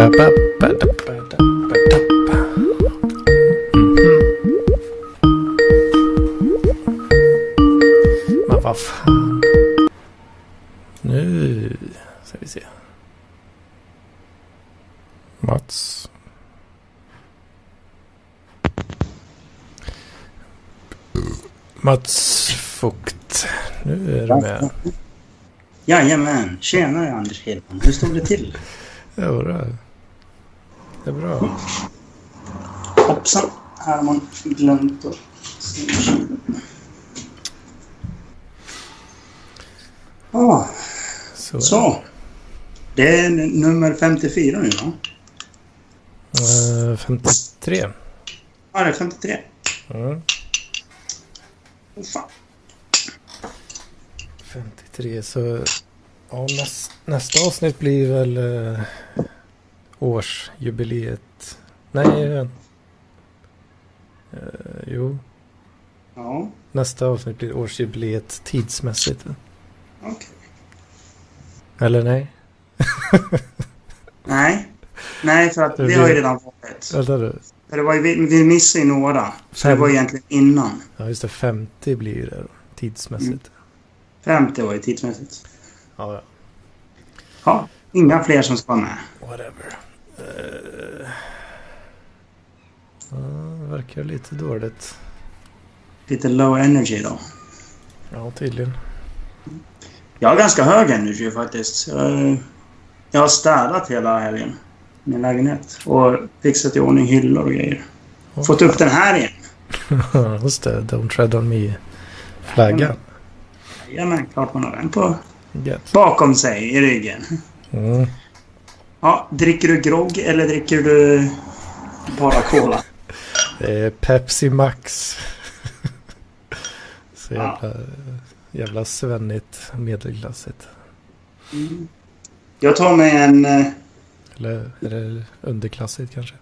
Men vad fan. Nu ska vi se. Mats. Mats Fukt. Nu är du med. Jajamän. Tjena Anders Hedman. Hur stod det till? Ja, det är bra. Hoppsan. Här har man glömt att... Så. Det är nummer 54 nu då. 53. Ja, det är 53. Mm. Fan. 53, så ja, nästa avsnitt blir väl årsjubileet. Nej, jo. Ja. Nästa avsnitt blir årsjubileet tidsmässigt. Okej. Eller nej? Nej, för att det har ju redan varit. För det var ju, vi missade ju några. Så det var egentligen innan. Ja, just det. 50 blir det då, tidsmässigt. 50 var ju tidsmässigt. Ja. Ja, inga fler som ska vara med. Whatever. Det verkar lite dåligt. Lite low energy då. Ja, tydligen. Jag har ganska hög energy faktiskt. Jag har städat hela helgen. Min lägenhet. Och fixat i ordning hyllor och grejer. Fått upp den här igen. Just det, Don't Tread On Me-flaggan. Jajamän, klart man har den på bakom sig i ryggen. Mm. Ja, dricker du grogg eller dricker du bara cola? Det är Pepsi Max. Så jävla svennigt, medelklassigt. Mm. Jag tar mig en... Eller är det underklassigt kanske?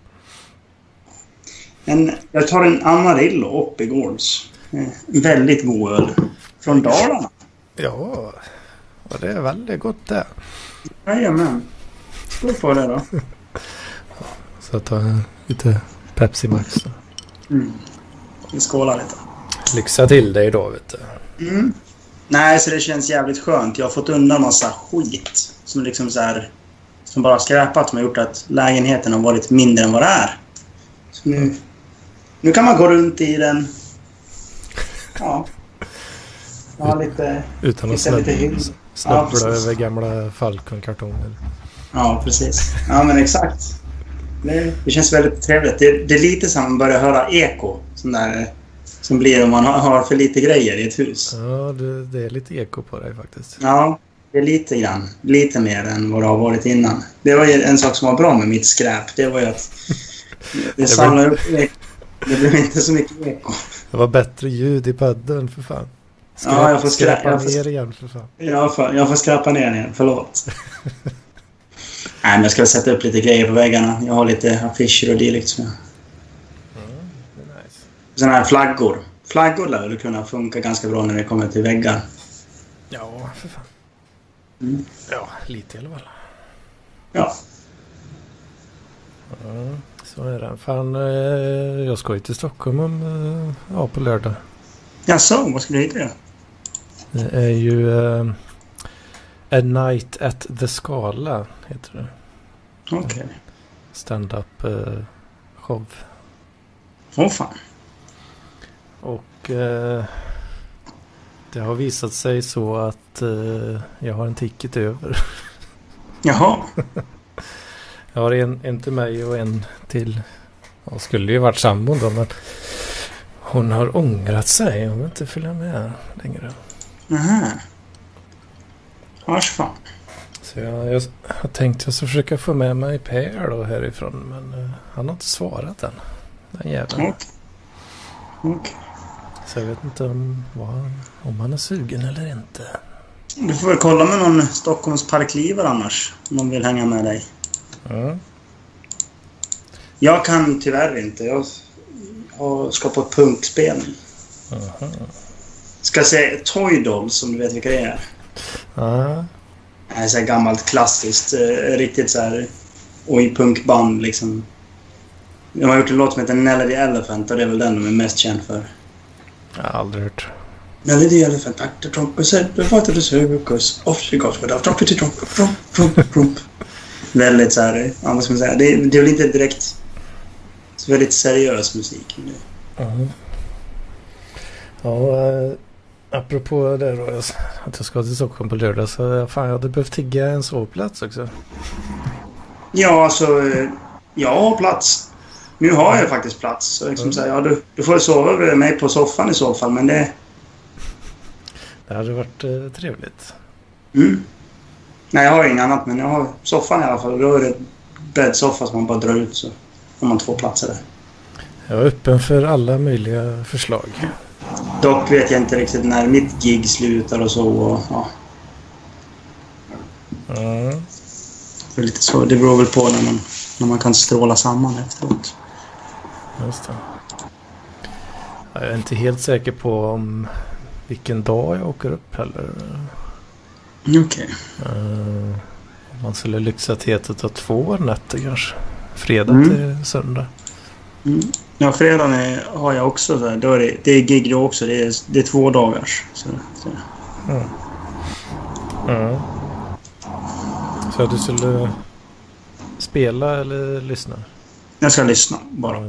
Jag tar en Amarillo upp i Gårds. Väldigt god öl. Från Dalarna. Ja, och det är väldigt gott det. Jajamän. Skål på det då. Så jag tar lite Pepsi Max då. Vi skålar lite. Lyxa till dig då, vet du. Nej, så det känns jävligt skönt. Jag har fått undan massa skit. Som liksom så här... Som bara skräpat, som har gjort att lägenheten har varit mindre än vad det är. Så nu kan man gå runt i den. Ja. Ja, lite... Utan att snubbla över gamla Falcon-kartonger. Ja, precis. Ja, men exakt. Det känns väldigt trevligt. Det är lite som man börjar höra eko. Som blir om man har för lite grejer i ett hus. Ja, det är lite eko på dig faktiskt. Ja, det är lite grann. Lite mer än vad det har varit innan. Det var ju en sak som var bra med mitt skräp. Det var ju att det samlar upp eko. Det blev inte så mycket eko. Det var bättre ljud i podden, för fan. Jag får skräpa ner igen, för fan. Jag får skräpa ner igen, förlåt. Nej, men jag ska sätta upp lite grejer på väggarna. Jag har lite affischer och dylikt. Det är nice. Sådana här flaggor. Flaggor lär väl kunna funka ganska bra när det kommer till väggar. Ja, för fan. Ja, lite i alla fall. Ja. Så är det. Fan, jag ska ju till Stockholm på lördag. Jaså, vad ska du hit då? Det är ju A Night at the Scala, heter det. Okej. Stand-up show. Fan. Och det har visat sig så att jag har en ticket över. Jaha. Jag har en till mig och en till. Jag skulle ju varit sambon då, men hon har ångrat sig. Hon vill inte följa med längre. Aha. Vars fan. Så jag har tänkt att jag ska försöka få med mig Per då härifrån. Men han har inte svarat än. Den jäveln. Okej. Så jag vet inte om han är sugen eller inte. Du får väl kolla med någon Stockholms parklivare annars. Om de vill hänga med dig. Ja. Jag kan tyvärr inte. Jag ska på ett punkspelning. Aha. Ska se Toy Dolls, om du vet vilka det är. Ja. Det är så här gammalt klassiskt. Riktigt så här och i punkband liksom. De har gjort en låt som heter Nelly the Elephant och det är väl den de är mest känd för. Jag har aldrig hört. Nelly the Elephant, Dr. Trump said the fight of the circus, off she got without trumpety trump. Väldigt så här, ja, vad ska man säga, det är väl inte direkt så väldigt seriös musik. Ja, apropå det då, att jag ska till Stockholm på lördag, så fan, jag hade behövt tigga en sovplats också. Ja, alltså, jag har plats. Nu har jag faktiskt plats. Så liksom säga, ja, du får sova med mig på soffan i så fall, men det hade varit trevligt. Nej, jag har inget annat, men jag har soffan i alla fall. Och då är det bäddsoffa som man bara drar ut, så har man 2 platser där. Jag är öppen för alla möjliga förslag. Dock vet jag inte riktigt när mitt gig slutar och så. Och, ja. Det är lite så. Det beror väl på när man kan stråla samman efteråt. Just det. Jag är inte helt säker på om vilken dag jag åker upp heller. Okej. Om man skulle lyxa till att ta 2 nätter kanske. Fredag till söndag. Ja, fredagen har jag också. Så då det är gig då också. Det är 2 dagars. Så. Så du skulle spela eller lyssna? Jag ska lyssna bara.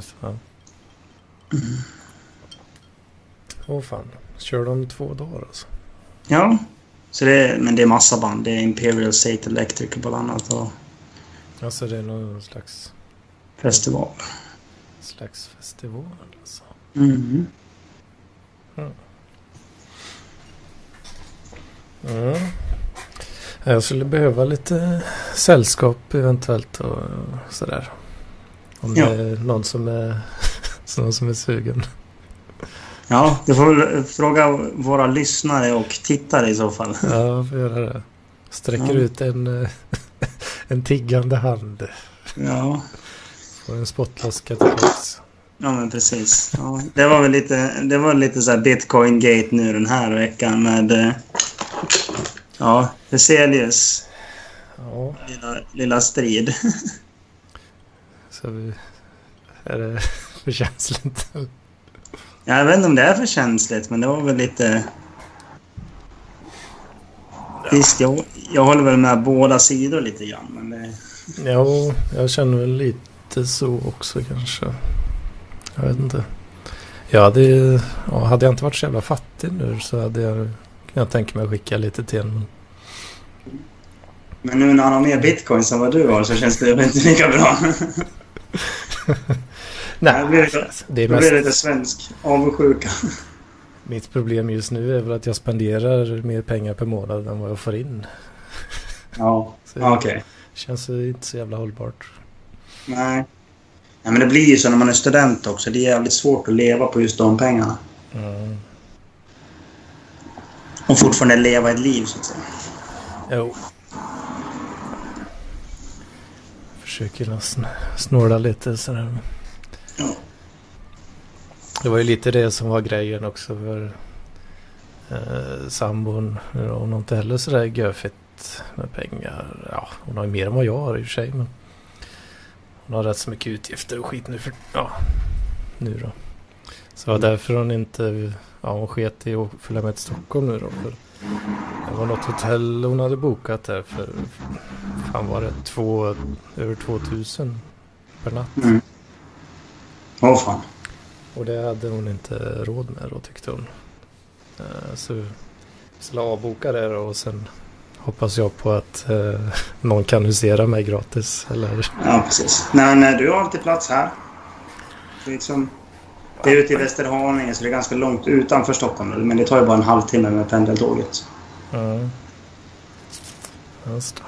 Åh fan. Kör de 2 dagar alltså? Ja. Så men det är massa band. Det är Imperial State Electric bland annat. Och alltså det är någon slags festival. Alltså. Jag skulle behöva lite sällskap eventuellt och sådär. Om det är någon som är sugen. Ja, du får väl fråga våra lyssnare och tittare i så fall. Ja, jag får göra det. Sträcker ut en tiggande hand. Ja. Och en spottloska till plats. Ja, men precis. Ja, det var lite så här Bitcoin-gate nu den här veckan med Veselius lilla strid. Så är det för känsligt? Jag vet inte om det är för känsligt, men det var väl lite... Visst, jag håller väl med båda sidor lite grann, men det... Ja, jag känner väl lite så också kanske. Jag vet inte. Hade jag inte varit så jävla fattig nu så hade jag kunnat tänka mig att skicka lite till en. Men nu när han har mer bitcoin som vad du har så känns det inte lika bra. Nej, det blir lite svensk avundsjuka. Mitt problem just nu är väl att jag spenderar mer pengar per månad än vad jag får in. Ja, okej. Känns det inte så jävla hållbart. Nej, men det blir ju så när man är student också. Det är jävligt svårt att leva på just de pengarna. Och fortfarande leva ett liv så att säga. Jo. Försöker snåla lite sådär. Ja. Det var ju lite det som var grejen också för sambon. Hon har inte heller sådär göfett med pengar. Ja, hon har mer än vad jag har i och för sig. Men hon har rätt så mycket utgifter och skit nu nu då. Så var därför hon inte... Ja, hon sket i att följa med till Stockholm nu då. För det var något hotell hon hade bokat där för... Fan var det över 2000 per natt. Fan. Och det hade hon inte råd med då, tyckte hon. Så vi skulle avboka det då, och sen hoppas jag på att någon kan husera mig gratis. Eller... Ja, precis. Nej, du har alltid plats här. Det är ute i Västerhaninge så det är ganska långt utanför Stockholm. Men det tar ju bara en halvtimme med pendeltåget. Ja. Just det.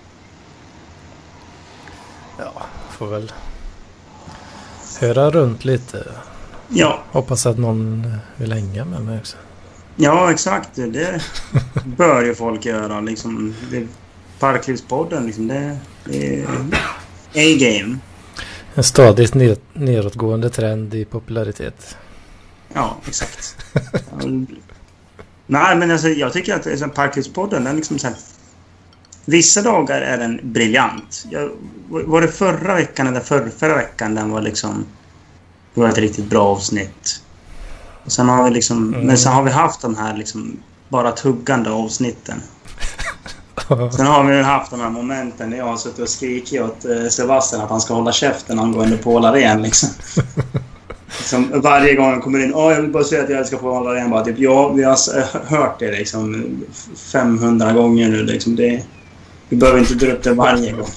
Ja, får väl höra runt lite. Ja. Hoppas att någon vill hänga med mig också. Ja, exakt. Det bör ju folk göra. Liksom, Parklivspodden, liksom, det är A-game. En stadigt nedåtgående trend i popularitet. Ja, exakt. Nej, men alltså, jag tycker att Parklivspodden, den liksom så här, Vissa dagar är den briljant. Var det förra veckan eller förra veckan den var liksom... Det var ett riktigt bra avsnitt. Och sen har vi liksom... Men sen har vi haft de här liksom bara tuggande avsnitten. Sen har vi haft de här momenten där jag har suttit och skrikit åt Sebastian att han ska hålla käften angående Paul Arén liksom. Som varje gång han kommer in, jag vill bara säga att jag älskar Paul Arén. Bara, typ, vi har hört det liksom 500 gånger nu liksom. Vi behöver inte dra upp det varje gång.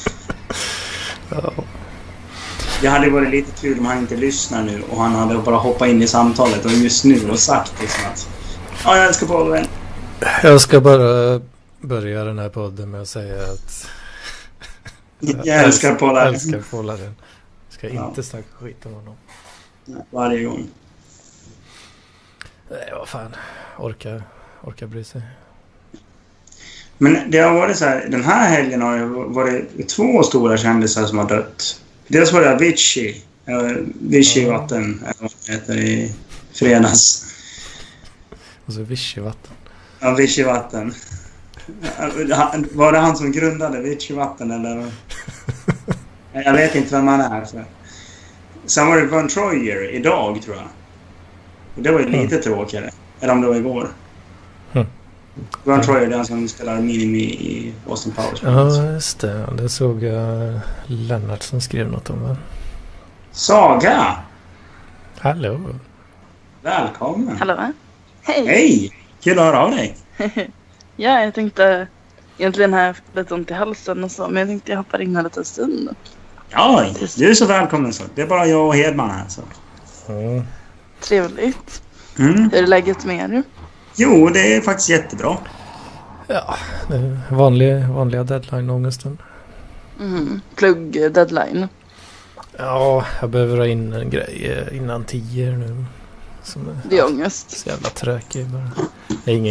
Det hade varit lite kul om han inte lyssnar nu och han hade bara hoppat in i samtalet och just nu och sagt liksom att jag älskar Paul Arén. Jag ska bara börja den här podden med att säga att jag älskar Paul Arén. Ska inte snacka skit om honom. Varje gång. Nej, vad fan. Orkar bry sig. Men det har varit så här, den här helgen har det varit 2 stora kändisar som har dött. Dels var det Vichy Vatten, eller vad det heter, i fredags. Och så Vichy Vatten. Ja, Vichy Vatten. Var det han som grundade Vichy Vatten eller? Jag vet inte vem han är. Så. Sen var det Von Troyer idag, tror jag. Och det var ju lite tråkigare. Eller om det var igår. Von Troyer, det är han som spelar Minimi i Austin Powers. Ja, just det. Det såg jag Lennart som skrev något om det. Saga! Hallå! Välkommen! Hallå! Hej! Hej! Kul att höra av dig! Ja, jag tänkte... Egentligen har jag haft lite ont i halsen och så, men jag tänkte jag hoppar in här lite stund. Ja, du är så välkommen så. Det är bara jag och Hedman här så. Trevligt. Hur är läget med er? Jo, det är faktiskt jättebra. Ja, det är vanliga deadline-ångesten. Plugg-deadline. Ja, jag behöver ha in en grej innan 10 nu. Det är ångest. Så jävla tråkig bara. Det är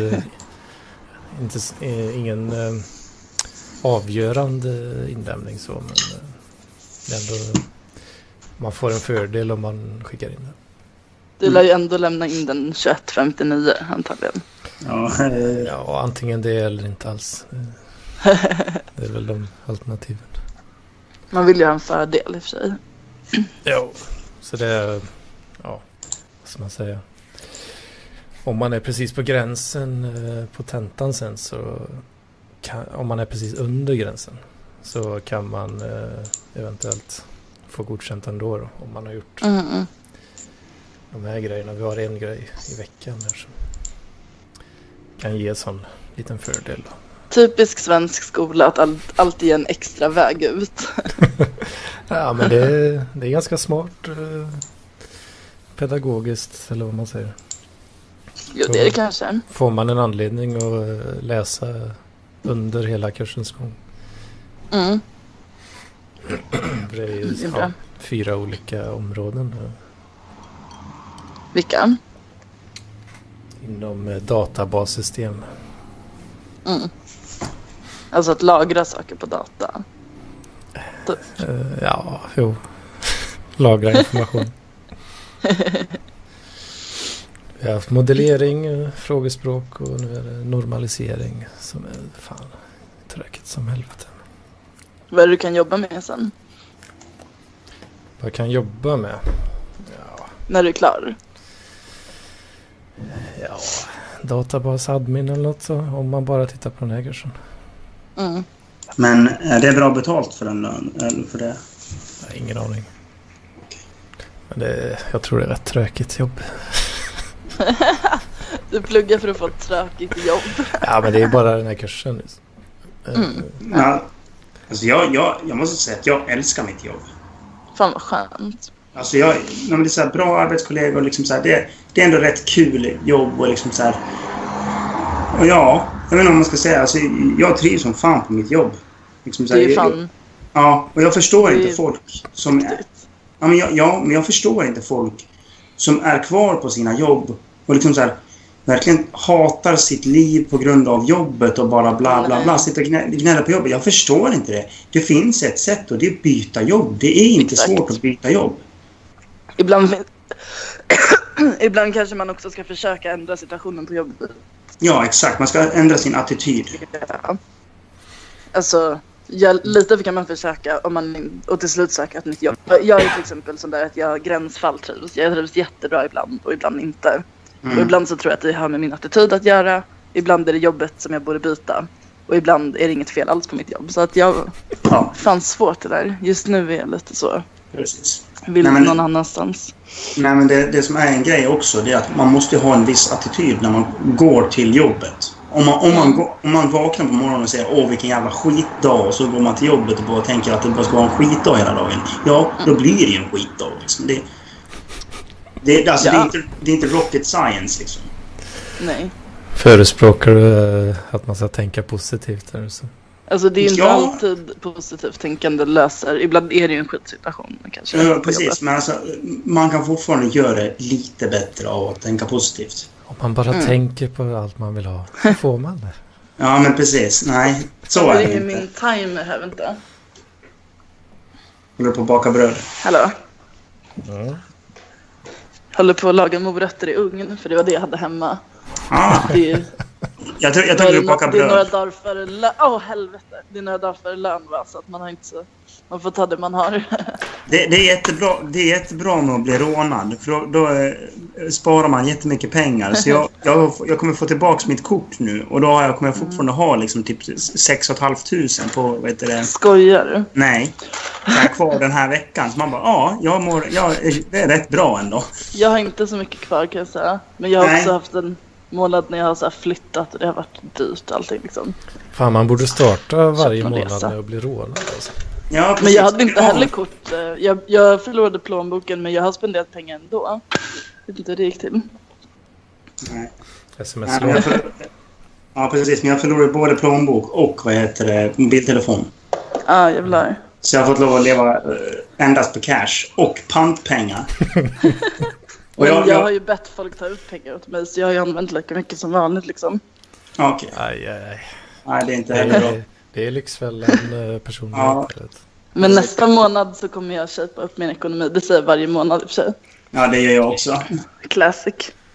ingen avgörande inlämning så, men det är ändå, man får en fördel om man skickar in det. Du lär ju ändå lämna in den 21.59 antagligen. Ja, antingen det eller inte alls. Det är väl de alternativen. Man vill ju ha en fördel i och för sig. Jo, så det är, vad ska man säga? Om man är precis på gränsen på tentan sen så om man är precis under gränsen så kan man eventuellt få godkänt ändå då, om man har gjort de här grejerna. Vi har en grej i veckan där som kan ge sån liten fördel då. Typisk svensk skola att alltid är en extra väg ut. Ja, men det är ganska smart pedagogiskt eller vad man säger. Jo, det är det kanske. Får man en anledning att läsa under hela kursens gång. Det är ju 4 olika områden. Vilka? Inom databassystem. Alltså att lagra saker på data. Lagra information. Vi har haft modellering, frågespråk och nu är det normalisering som är fan tråkigt som helvete. Vad är det du kan jobba med sen? Vad jag kan jobba med? Ja. När du är klar? Ja, databasadmin eller något så, om man bara tittar på den här kursen. Men är det bra betalt för den lön? Eller för det? Jag har ingen aning. Men jag tror det är rätt tråkigt jobb. Du pluggar för att få ett tråkigt jobb. Ja, men det är bara den här kursen. Ja, alltså jag måste säga att jag älskar mitt jobb. Fan vad skönt. Alltså när man är så här bra arbetskollegor liksom så här, det är ändå rätt kul jobb och liksom så här. Och jag vet inte om man ska säga, alltså jag trivs som fan på mitt jobb. Liksom så här, det är fan. Ja, och jag förstår inte folk som är, men jag förstår inte folk som är kvar på sina jobb och liksom så här verkligen hatar sitt liv på grund av jobbet och bara bla bla bla, sitter och gnäller på jobbet. Jag förstår inte det. Det finns ett sätt och det är att byta jobb. Det är inte svårt att byta jobb. Ibland kanske man också ska försöka ändra situationen på jobbet. Ja, exakt. Man ska ändra sin attityd. Ja. Alltså, lite kan man försöka om man och till slut söka ett nytt jobb. Jag är till exempel sån där att jag gränsfall trivs. Jag trivs jättebra ibland och ibland inte. Och ibland så tror jag att det har med min attityd att göra. Ibland är det jobbet som jag borde byta. Och ibland är det inget fel alls på mitt jobb. Så att jag fann svårt det där. Just nu är jag lite så. Precis. Vill någon annanstans. Nej, men det som är en grej också, det är att man måste ha en viss attityd när man går till jobbet. Om man vaknar på morgonen och säger vilken jävla skitdag, och så går man till jobbet och bara tänker att det bara ska vara en skitdag hela dagen. Ja, då blir det ju en skitdag liksom. Det är inte rocket science liksom. Nej. Förespråkar du att man ska tänka positivt eller så? Alltså det är ju inte alltid positivt tänkande löser. Ibland är det ju en skitsituation kanske. Ja, precis. Men alltså, man kan fortfarande göra det lite bättre av att tänka positivt. Om man bara tänker på allt man vill ha, så får man det. Ja, men precis. Nej, så är det inte. Min timer här, vänta. Håller på att baka bröd. Hallå? Håller på att laga morötter i ugn, för det var det jag hade hemma. Jag tror du bakar bröd. Det är några dagar före lön. Helvete. Det är några dagar före lön, va? Så att man har inte så... Man får ta det man har. Det är jättebra med att bli rånad. För då sparar man jättemycket pengar. Så jag kommer få tillbaka mitt kort nu. Och då kommer jag fortfarande ha liksom typ 6 500 på, vet du det? Skojar du? Nej. Jag är kvar den här veckan. Så man bara, det är rätt bra ändå. Jag har inte så mycket kvar, kan jag säga. Men jag har också haft en månad när jag har så här flyttat. Och det har varit dyrt allting liksom. Fan, man borde starta varje månad med att bli rånad alltså. Ja, men jag hade inte heller kort. Jag förlorade plånboken, men jag har spenderat pengar ändå. Jag vet inte hur det gick till. Nej. SMS-lån. Ja, precis. Men jag förlorade både plånbok och mobiltelefon. Jävlar. Så jag har fått lov att leva endast på cash och pantpengar. Och jag har ju bett folk ta ut pengar åt mig, så jag har ju använt lika mycket som vanligt liksom. Okej. Aj. Nej, det är inte heller bra. Det är Lyxfällan personlighet. Ja. Men nästa månad så kommer jag köpa upp min ekonomi. Det säger varje månad i och för sig. Ja, det gör jag också. Classic.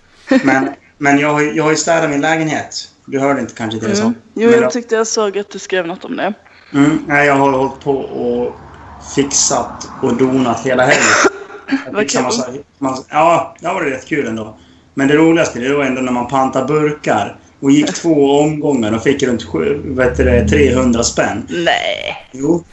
Men jag har ju städat min lägenhet. Du hörde inte kanske till det så. Jo, jag tyckte jag såg att du skrev något om det. Nej, jag har hållit på och fixat och donat hela helgen. Vad kul. Ja, det var rätt kul ändå. Men det roligaste det var ändå när man pantar burkar. Och gick 2 omgångar och fick runt 300 spänn. Nej. Jo.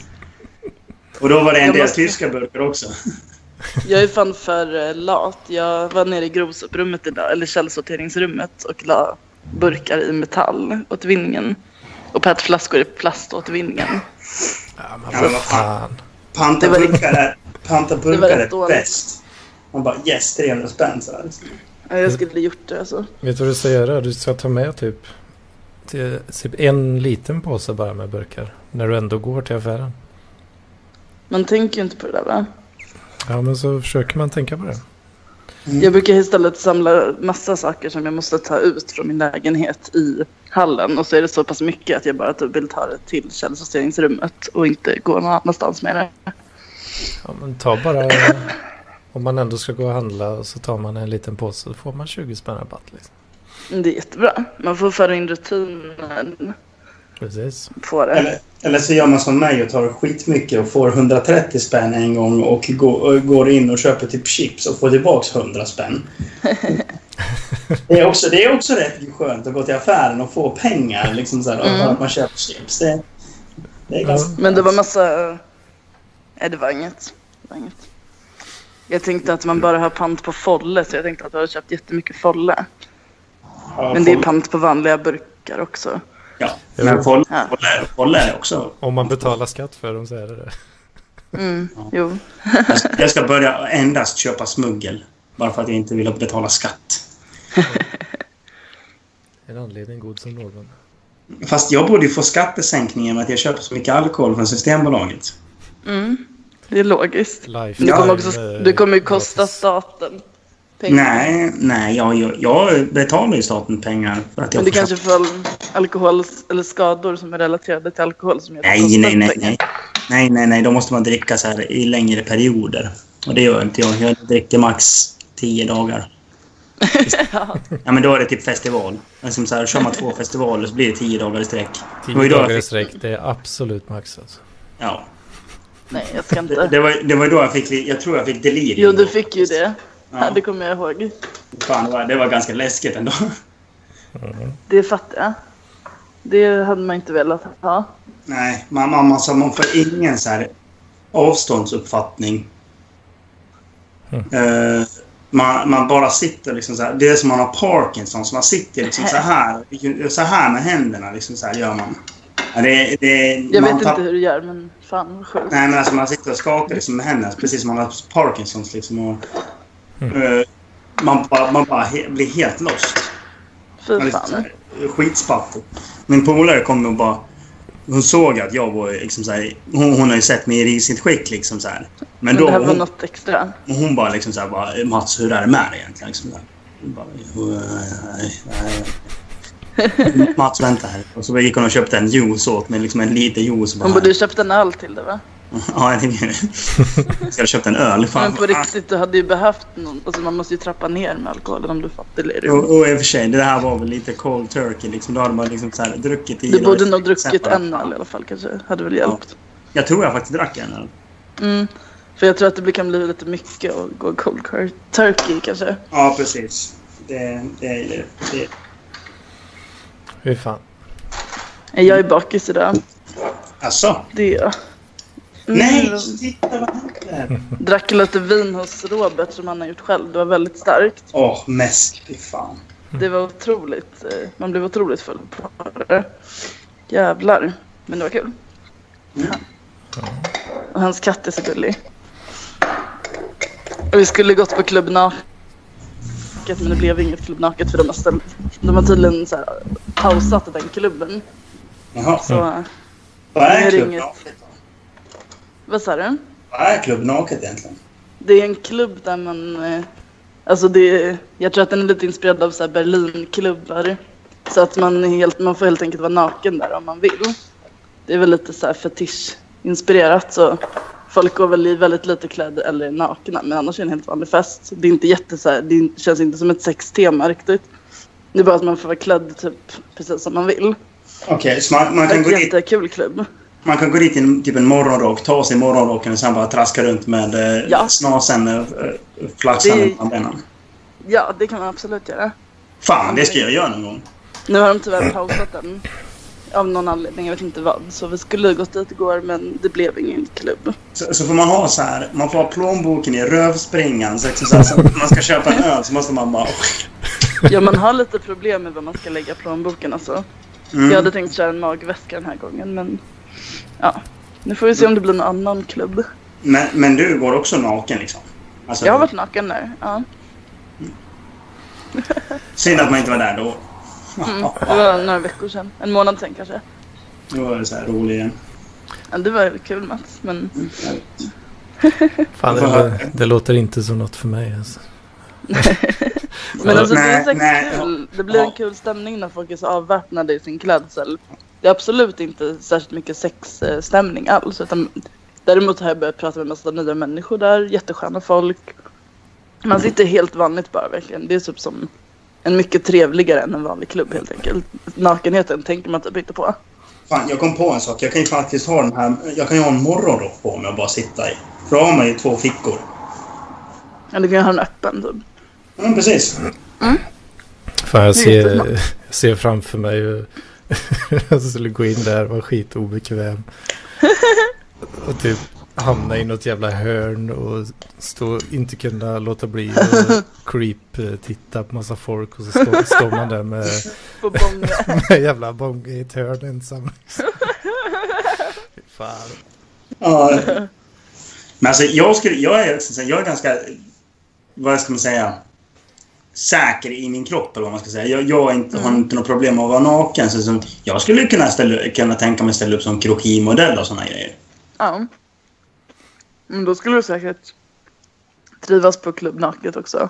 Och då var det en del tyska burkar också. Jag är fan för lat. Jag var nere i grovsoprummet idag, eller källsorteringsrummet, och la burkar i metall åt vinningen. Och petflaskor i plast åt vinningen. Ja, men vad fan. Pantaburkar är bäst. Man bara, 300 spänn så här. Ja, jag skulle gjort det alltså. Vet du vad du ska göra? Du ska ta med typ en liten påse bara med burkar. När du ändå går till affären. Man tänker ju inte på det där, va? Ja, men så försöker man tänka på det. Jag brukar istället samla massa saker som jag måste ta ut från min lägenhet i hallen. Och så är det så pass mycket att jag bara vill ta det till källsorteringsrummet och inte gå någon annanstans med det. Ja, men ta bara... Om man ändå ska gå och handla, så tar man en liten påse, så får man 20 spänn rabatt liksom. Det är jättebra. Man får föra in rutinen. Precis. På det. Eller så gör man som mig och tar skitmycket och får 130 spänn en gång och går in och köper typ chips och får tillbaks 100 spänn. Det är också rätt skönt att gå till affären och få pengar liksom så här, att man köper chips. Det är ganska... Men det var massa... Nej, det var inget. Jag tänkte att man bara har pant på folle, så jag tänkte att jag har köpt jättemycket folle. Ja, men det är pant på vanliga burkar också. Ja, men folle är också. Om man betalar skatt för dem så är det. Jo. Jag ska börja endast köpa smuggel. Bara för att jag inte vill betala skatt. En anledning god som någon. Fast jag borde ju få skattesänkningen med att jag köper så mycket alkohol från Systembolaget. Det är logiskt. Det kommer ju kosta staten pengar. Nej, jag betalar ju staten pengar för att jag... Men det kanske får alkohol eller skador som är relaterade till alkohol som Nej, då måste man dricka så här i längre perioder. Och det gör inte jag. Jag dricker max 10 dagar. Ja, men då är det typ festival. Liksom så här, kör man 2 festivaler så blir det 10 dagar i sträck. 10 dagar i sträck, det är absolut max alltså. Ja. Nej, jag ska inte. Det var då jag fick, jag tror jag fick delirium. Jo, du fick ju det. Ja. Det kommer jag ihåg. Fan, det var ganska läskigt ändå. Det fattar jag. Det hade man inte velat ha. Nej, man får ingen så här avståndsuppfattning. Man bara sitter liksom så här. Det är som man har Parkinson, så man sitter liksom så här med händerna liksom så här gör man. Ja, jag vet inte hur du gör, men fan vad sjukt. Nej, men alltså man sitter och skakar liksom med händerna precis som man har Parkinsons liksom och man bara blir helt lost. Fy fan. Skitspattigt. Min polare kom och bara, hon såg att jag var liksom så här, hon har ju sett mig i risigt skick liksom så här. Men då det här var något extra. Och hon bara liksom så här, bara, Mats, hur är det med dig egentligen liksom där. Bara, nej. Mats, vänta här. Och så gick hon och köpte en juice åt mig, liksom en liten juice. Hon borde ju köpt en öl till det, va? Ja, det är det. Ska jag köpt en öl? Fan. Men på riktigt, du hade ju behövt någon. Alltså man måste ju trappa ner med alkoholen om du fattar det. Och i och för sig, det här var väl lite cold turkey liksom. Då hade man liksom så här druckit i. Du borde nog druckit en öl i alla fall kanske. Hade väl hjälpt. Ja. Jag tror jag faktiskt drack en öl. För jag tror att det kan bli lite mycket att gå cold turkey kanske. Ja, precis. Det. Hur fan? Jag är bakis idag. Asså? Det är jag. Nej, titta vad händer. Drack lite vin hos Robert som han har gjort själv. Det var väldigt starkt. Mäsk, fy fan. Det var otroligt. Man blev otroligt full på det. Jävlar. Men det var kul. Och hans katt är så gullig. Och vi skulle gått på Klubb Naket, men det blev inget Klubb Naket för de har tydligen så här pausat den klubben. Jaha. Så vad är Klubb Naket? Vad sa du? Vad är Klubb Naket egentligen? Det är en klubb där man... Alltså jag tror att den är lite inspirerad av så här Berlinklubbar. Så att man får helt enkelt vara naken där om man vill. Det är väl lite så här fetisch-inspirerat. Så folk går väl i väldigt lite kläder eller är nakna. Men annars är det en helt vanlig fest. Det är inte det känns inte som ett sextema riktigt. Det är bara att man får vara klädd typ precis som man vill. Okej, så man kan gå dit... Jättekul klubb. Man kan gå dit i typ en morgonrock, ta sig morgonrocken och sen bara traska runt med snasen flaxande på benen. Ja, det kan man absolut göra. Fan, det ska jag göra någon gång. Nu har de tyvärr pausat den av någon anledning, jag vet inte vad. Så vi skulle gått dit igår, men det blev ingen klubb. Så får man ha så här, man får ha plånboken i rövspringan så man ska köpa en öl så måste man bara... Ja, man har lite problem med vad man ska lägga plånboken alltså. Jag hade tänkt köra en magväska den här gången, men... Ja, nu får vi se om det blir någon annan klubb. Men du går också naken liksom? Alltså, jag har varit naken där, ja. Synd att man inte var där då. Det var några veckor sedan. En månad sedan kanske. Då var det så här roligt igen. Ja, det var kul, Mats, men... Fan, det låter inte som något för mig alltså. Men alltså det är säkert kul. Det blir en kul stämning när folk är så avväpnade i sin klädsel. Det är absolut inte särskilt mycket sexstämning alls. Utan däremot har jag börjat prata med en massa nya människor där. Jättesköna folk. Man sitter helt vanligt bara verkligen. Det är typ som en mycket trevligare än en vanlig klubb helt enkelt. Nakenheten tänker man typ inte på. Fan, jag kom på en sak. Jag kan ju faktiskt ha den här... Jag kan ju ha en morgonrock på mig och bara sitta i. För då har man ju 2 fickor. Ja, du kan ju ha den öppen typ. Ja, precis. Fan, jag ser framför mig jag skulle gå in där och vara skitobekväm. Och typ hamna i något jävla hörn och inte kunna låta bli och titta på massa folk och så står man där med jävla bånga i ett hörn ensam. Fan. Ja. Men alltså jag är ganska, vad ska man säga, säker i min kropp eller vad man ska säga. Jag har inte något problem med att vara naken. Så jag skulle kunna tänka mig ställa upp som krokimodell och såna grejer. Ja. Men då skulle du säkert trivas på Klubb Naket också.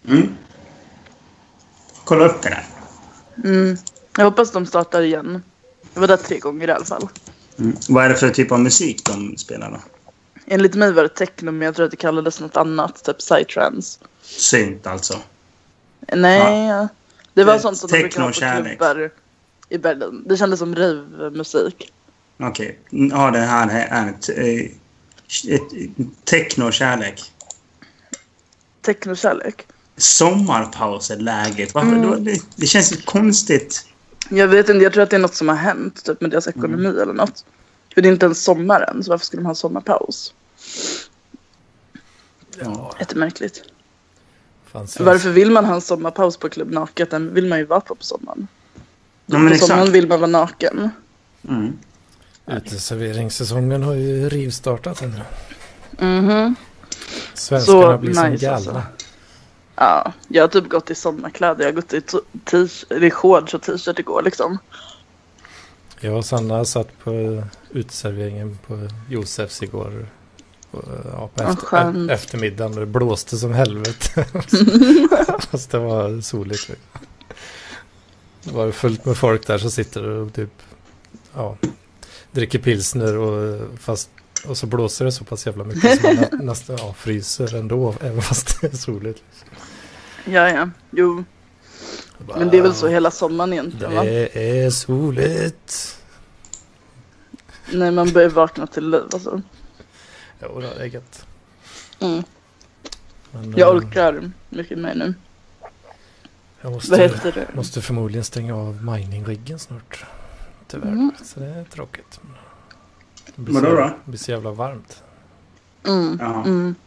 Kolla upp det där. Jag hoppas de startar igen. Jag var där 3 gånger i alla fall. Vad är det för typ av musik de spelar då? Enligt mig var det techno, men jag tror att det kallades något annat. Typ psytrance. Synt alltså. Nej, det var sånt som de brukade ha på Techno-kärlek. klubbar i Berlin. Det kändes som rave-musik. Okej. Ja, det här är ett techno-kärlek. Techno-kärlek. Sommarpaus är läget. Varför? Det känns lite konstigt. Jag vet inte, jag tror att det är något som har hänt typ med deras ekonomi eller något. För det är inte en sommar än, så varför skulle de ha en sommarpaus? Ja, Jättemärkligt. fanns Varför vill man ha en sommarpaus på Klubb Naket? Den vill man ju vara på sommaren. Ja, men På sommaren exakt. vill man vara naken. Uteserveringssäsongen har ju rivstartat. Mhm. Svenskarna Så blir som nice, galna. alltså. Ja, jag har typ gått i sommarkläder. Jag har gått i shorts och t-shirt igår liksom. Jag och Sanna satt på uteserveringen på Josefs igår. På eftermiddagen. Det blåste som helvete. Fast det var soligt. Det var fullt med folk där som sitter och typ dricker pilsner och så blåser det så pass jävla mycket som man nästan fryser ändå, även fast det är soligt. Ja. Jo. Men det är väl så hela sommaren egentligen, va? Det är soligt. Nej, man börjar vakna till liv alltså. Jo, det är gött. Mm. Men, Jag orkar mycket mer nu. Jag Vad heter det? måste förmodligen stänga av mining-riggen snart. Tyvärr. Så det är tråkigt. Det blir så jävla varmt. Ja.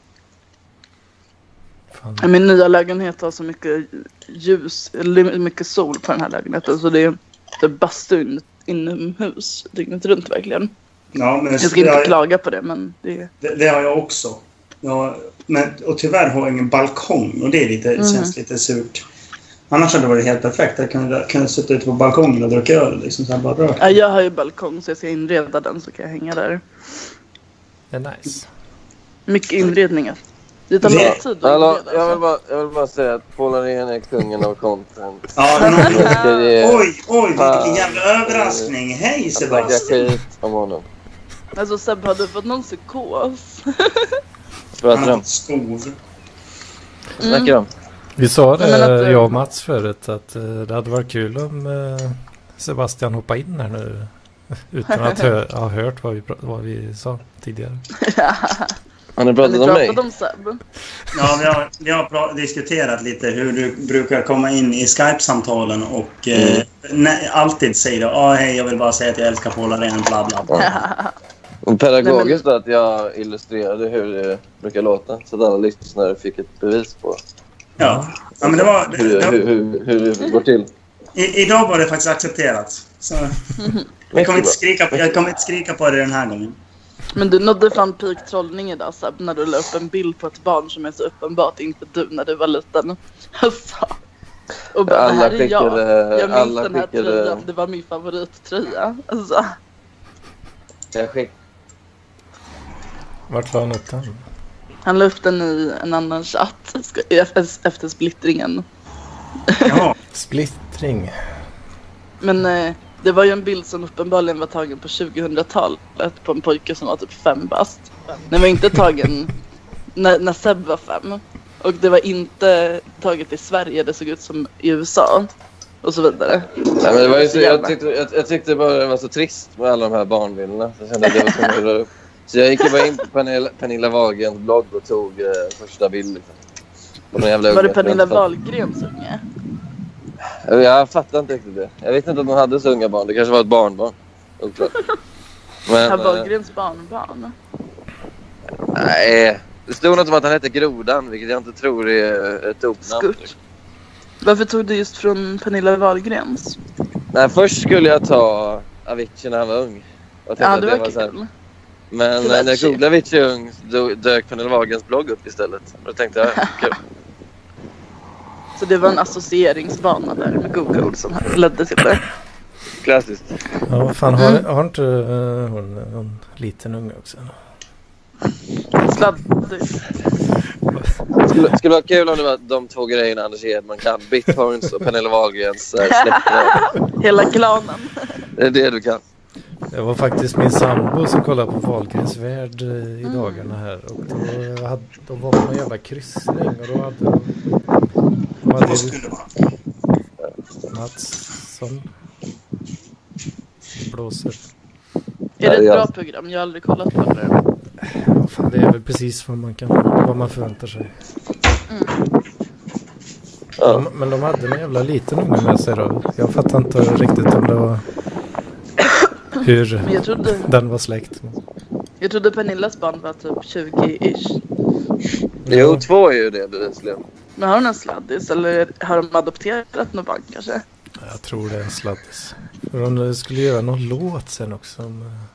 Fan. Min nya lägenhet har så mycket ljus, eller mycket sol på den här lägenheten. Så det är bastu inomhus dygnet runt verkligen. Ja, men Jag ska inte klaga på det, men det har jag också. Och tyvärr har jag ingen balkong och det känns lite surt. Annars hade det varit helt perfekt. Jag kunde sitta ute på balkongen och dricka öl. Liksom, så här bara röka. Ja, jag har ju balkong så jag ska inreda den så kan jag hänga där. Det är nice. Mycket inredningar. Det tar lång tid att inreda. Jag vill bara säga att Paul Arén är kungen av content. Ja, oj, vilken jävla överraskning. Hej Sebastian. Skit om honom. Alltså Seb, har du fått någon psykos? Han har fått skov. Snackar om. Vi sa det, att, jag och Mats förut, att det hade varit kul om Sebastian hoppade in här nu utan att ha hört vad vi sa tidigare. Har ni pratat om mig? Om Seb? Ja, vi har diskuterat lite hur du brukar komma in i Skype-samtalen och alltid säger hej, jag vill bara säga att jag älskar Paul Arén, bla bla bla. Och pedagogiskt att jag illustrerade hur det brukar låta så att alla lyssnare fick ett bevis på Ja men det var hur det går till. Idag var det faktiskt accepterat. Så jag kommer inte skrika på det den här gången. Men du nådde fan peak-trollning idag Seb, när du la upp en bild på ett barn som är så uppenbart inte du när du var liten. Alltså. Och bara, det här är jag minns den här tröjan, det var min favorittröja. Alltså. Vart la han upp den? Han la upp den i en annan chatt efter splittringen. Ja. Splittring. Men det var ju en bild som uppenbarligen var tagen på 2000-talet på en pojke som var typ 5 bast. Den var inte tagen när Seb var 5. Och det var inte taget i Sverige, det såg ut som i USA. Och så vidare. Nej, men det var ju så, jag tyckte bara det var så trist med alla de här barnbilderna. Så jag kände att jag var tvungen att röra upp. Så jag gick bara in på Pernilla Wahlgrens blogg och tog första bild. Liksom. Var det Pernilla Wahlgrens unge? Jag fattar inte riktigt det. Jag vet inte om de hade så unga barn. Det kanske var ett barnbarn. Men Wahlgrens barnbarn? Nej, det stod något om att han hette Grodan, vilket jag inte tror är ett uppnamn. Varför tog du just från Pernilla Wahlgrens? Nej, först skulle jag ta Avicii när han var ung. Och Ja, det var kul. Här. Men när jag googlade Avicii ung dök Pernilla Wahlgrens blogg upp istället. Och då tänkte jag, kul. Så det var en associeringsbana där med Google som ledde till det. Klassiskt. Ja, vad fan, har inte hon en liten unge också? Sladdig. Skulle vara kul om det var de två grejerna Anders Edman kan. Bitcoins och Pernilla Wahlgrens släkter. Hela klanen. Det är det du kan. Det var faktiskt min sambo som kollade på Wahlgrens värld i dagarna här. Och då var det någon jävla kryssning. Och då hade hade 2 sekunder bara. Matsson blåser. Är det ett bra program? Jag har aldrig kollat på det. Fan, det är väl precis vad man förväntar sig. Ja. Men de hade en jävla liten unge med sig då. Jag fattar inte riktigt om det var hur den var släkt. Jag trodde Pernillas barn var typ 20-ish. Jo, 2 är ju det bevisligen. Men har hon en sladdis eller har de adopterat någon barn kanske? Jag tror det är en sladdis. För de skulle göra någon låt sen också.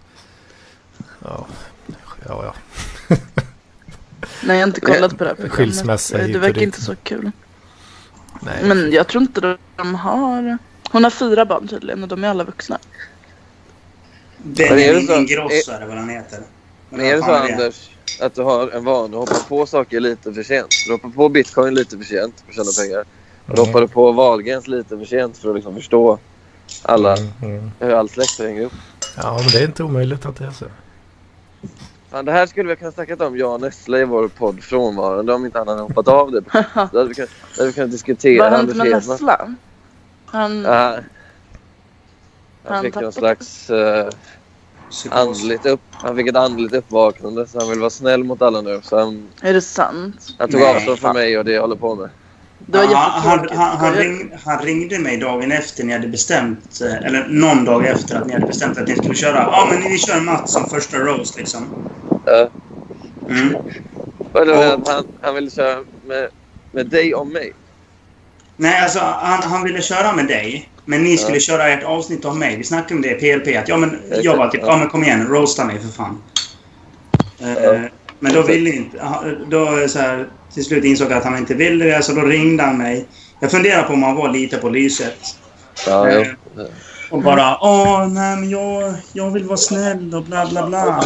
Ja. Nej, jag har inte kollat på det här programmet. Skilsmässa. Det verkar inte så kul. Nej. Men jag tror inte de har... Hon har 4 barn tydligen och de är alla vuxna. Benjamin Ingrosso är det vad han heter. Men är det så, Anders, att du har en vana att hoppa på saker lite för sent? Du hoppar på Bitcoin lite för sent för att tjäna pengar. Och du hoppade på Wahlgrens lite för sent för att liksom förstå hur allt släkt hänger upp. Ja, men det är inte omöjligt att det är så. Fan, det här skulle vi kunna snacka om Jan Nessla i vår podd Frånvarande om inte han hade hoppat av det. Då hade vi kunnat diskutera. Vad hände med Nessla? Han fick någon slags han fick ett andligt uppvaknande, så han vill vara snäll mot alla nu. Så är det sant? Han tog avstånd från mig och det jag håller på med. Det var han ringde mig dagen efter ni hade bestämt, eller någon dag efter att ni hade bestämt att ni skulle köra. Ja, men ni kör Mats som första roast liksom. Ja. Han ville köra med dig och mig. Nej, alltså han ville köra med dig. Men ni skulle köra ett avsnitt av mig. Vi snackade om det i PLP. Att jag var typ, men kom igen, roasta mig för fan. Men då ville inte... Då så här, till slut insåg jag att han inte ville det. Så då ringde han mig. Jag funderade på om han var lite på lyset. Och bara, nej men jag vill vara snäll och bla bla bla.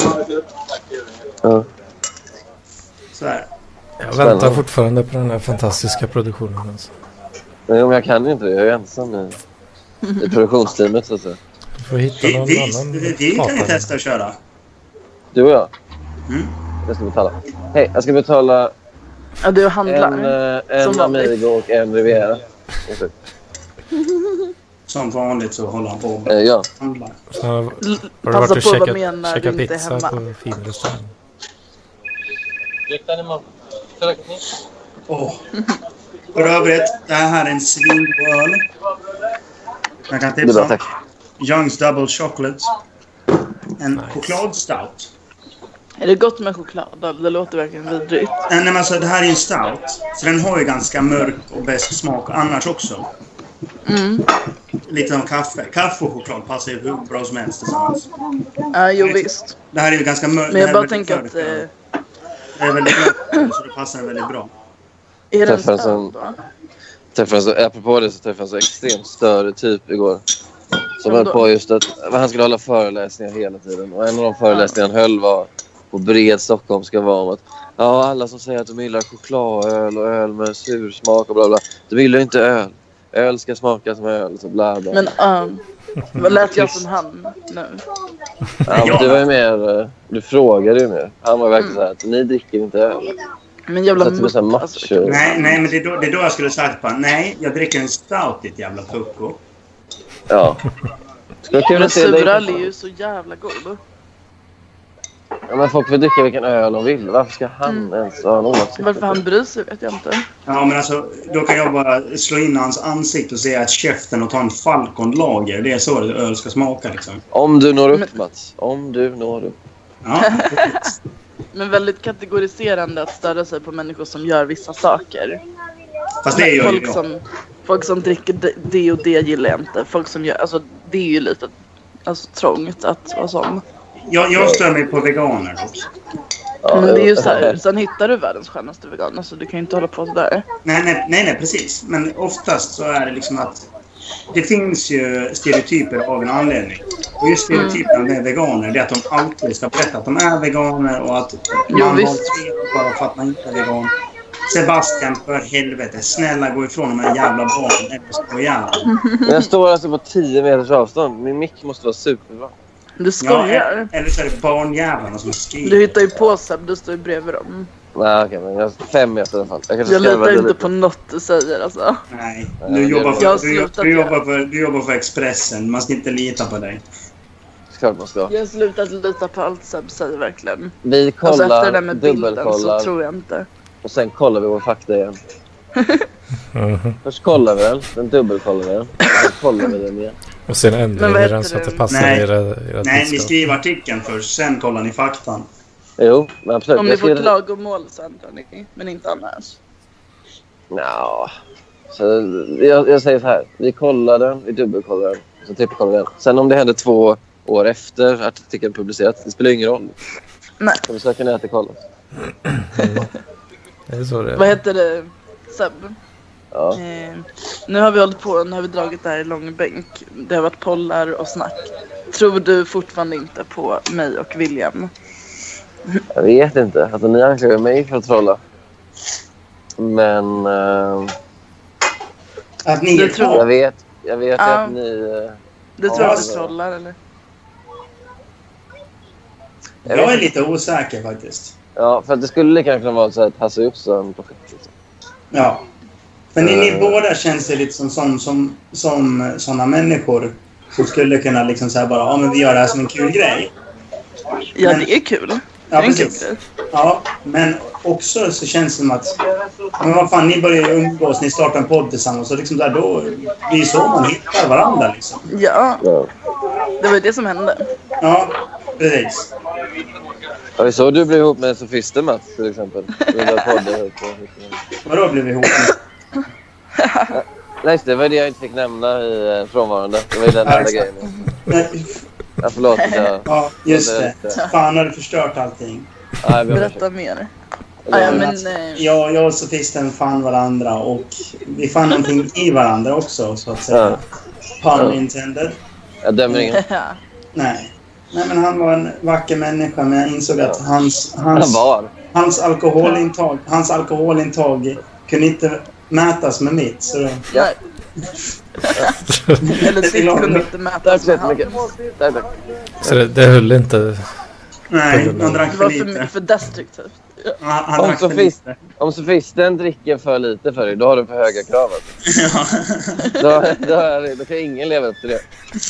Så här. Jag väntar fortfarande på den här fantastiska produktionen. Alltså. Men jag kan inte det. Jag är ensam i produktionsteamet så att säga. Du får hitta någon annan. Vi kan ju testa att köra. Du och jag? Jag ska betala. Hej, jag ska betala du handlar. en Amigo och en Riviera. Som vanligt så håller han på ja. Handlar. Har du varit och käkat pizza på fin restaurang? För övrigt, det här är en svingöl. Jag kan tipsa om Young's Double Chocolate. En chokladstout. Är det gott med choklad? Det låter verkligen vidrigt. Nej, men alltså det här är en stout. Så den har ju ganska mörk och bäst smak annars också. Lite som kaffe. Kaffe och choklad passar ju hur bra som helst tillsammans. Jo visst. Det här är ju ganska mörkt. Men jag bara tänker att... Det är väldigt mörkt så det passar väldigt bra. Är det en stout då? Apropå det så träffade jag en så extremt större typ igår. Som höll på just att han skulle hålla föreläsningar hela tiden. Och en av de föreläsningarna han höll var på bred stockholmska var om att alla som säger att de gillar chokladöl och öl med sur smak och bla bla. De gillar inte öl. Öl ska smaka som öl så bla bla. Men vad lät jag som han nu? Ja, men du var ju mer, du frågade ju mer. Han var verkligen så här att ni dricker inte öl. Men jävla Nej, men det är då jag skulle sagt på. Nej, jag dricker en stout, ditt jävla pucko. Ja. Men suröl är ju så jävla god. Ja, men folk får dricka vilken öl de vill. Varför ska han ens ha en åsikt? Varför han bryr sig vet jag inte. Ja, men alltså, då kan jag bara slå in hans ansikte och säga att käften och ta en Falcon-lager. Det är så öl ska smaka liksom. Om du når upp, Mats. Om du når upp. Ja, men väldigt kategoriserande att störa sig på människor som gör vissa saker. Fast det är ju folk som dricker det och det gillar jag inte. Folk som gör, alltså det är ju lite trångt att vara sån. Jag stör mig på veganer också. Men det är ju så här, sen hittar du världens skönaste veganer så du kan ju inte hålla på sådär. Nej, precis. Men oftast så är det liksom att det finns ju stereotyper av en anledning. Och just stereotyperna med veganer, det är att de alltid ska berätta att de är veganer och att man har fel bara för att man inte är vegan. Sebastian, för helvete. Snälla gå ifrån de här jävla barnen. Jag står alltså på 10 meters avstånd. Min mick måste vara superbra. Du skojar. Ja, eller så är det barnjävlarna som skriver. Du hittar ju på Seb, du står ju bredvid dem. Nej, okej, men jag 5 meter i alla fall. Jag litar inte på något du säger alltså. Nej, du jobbar för Expressen. Man ska inte lita på dig. Klart man ska. Jag har slutat lita på allt Seb säger verkligen. Vi kollar, alltså efter det där med bilden dubbelkollar. så tror jag inte. Och sen kollar vi vår fakta igen. Först kollar vi den, sen dubbelkollar vi den. Sen kollar vi den igen. Och sen ändrar ni den så att det passar era Nej, ni skriver artikeln först, sen kollar ni faktan. Jo, men absolut. Om ni får klagomål så ändrar ni, men inte annars. Nja, så jag säger så här. Vi kollar den, vi dubbelkollar den, så trippelkollar den. Sen om det händer 2 år efter artikeln publicerats, det spelar ingen roll. Nej. Så vi söker ner till kollen. Det är så det är. Vad heter det, Seb? Ja. Nu har vi hållit på, nu har vi dragit det här i långbänk. Det har varit pollar och snack. Tror du fortfarande inte på mig och William? Jag vet inte. Alltså, ni anklagar mig för att trolla. Men... Att ni tror... Jag vet att ni... Du tror att du trollar, eller? Jag är lite osäker faktiskt. Ja, för att det skulle lika kunna vara så att Hasse Jonsson-projekt. Liksom. Ja. Men ni båda känns det lite som sådana människor som skulle kunna liksom säga bara, ja men vi gör det här som en kul grej. Ja, men, det är kul. Ja, precis. Ja, men också så känns det som att, men vad fan, ni börjar umgås, ni startar en podd tillsammans och liksom där då blir det så man hittar varandra liksom. Ja, det var det som hände. Ja, precis. Ja, vi såg du blev ihop med Sofisten, Mats, till exempel. Vadå blev vi ihop med? Nej, det var det jag inte fick nämna i frånvarande. Det var ju den enda grejen. Ja, förlåt. Ja, just det. Fan, har du förstört allting? Ja, berätta mer. Jag och Sofisten fann varandra och vi fann någonting i varandra också, så att säga. Pun intended. Jag dömer ingen. Nej, men han var en vacker människa, men jag insåg att hans alkoholintag kunde inte mätas med mitt. Så ja. Eller ditt kunde inte mätas med hans. Så det höll inte. Nej, han drack för lite. Det var för destruktivt. Han drack för lite. Om Sofisten dricker för lite för dig, då har du för höga krav. Då kan ingen leva upp till det.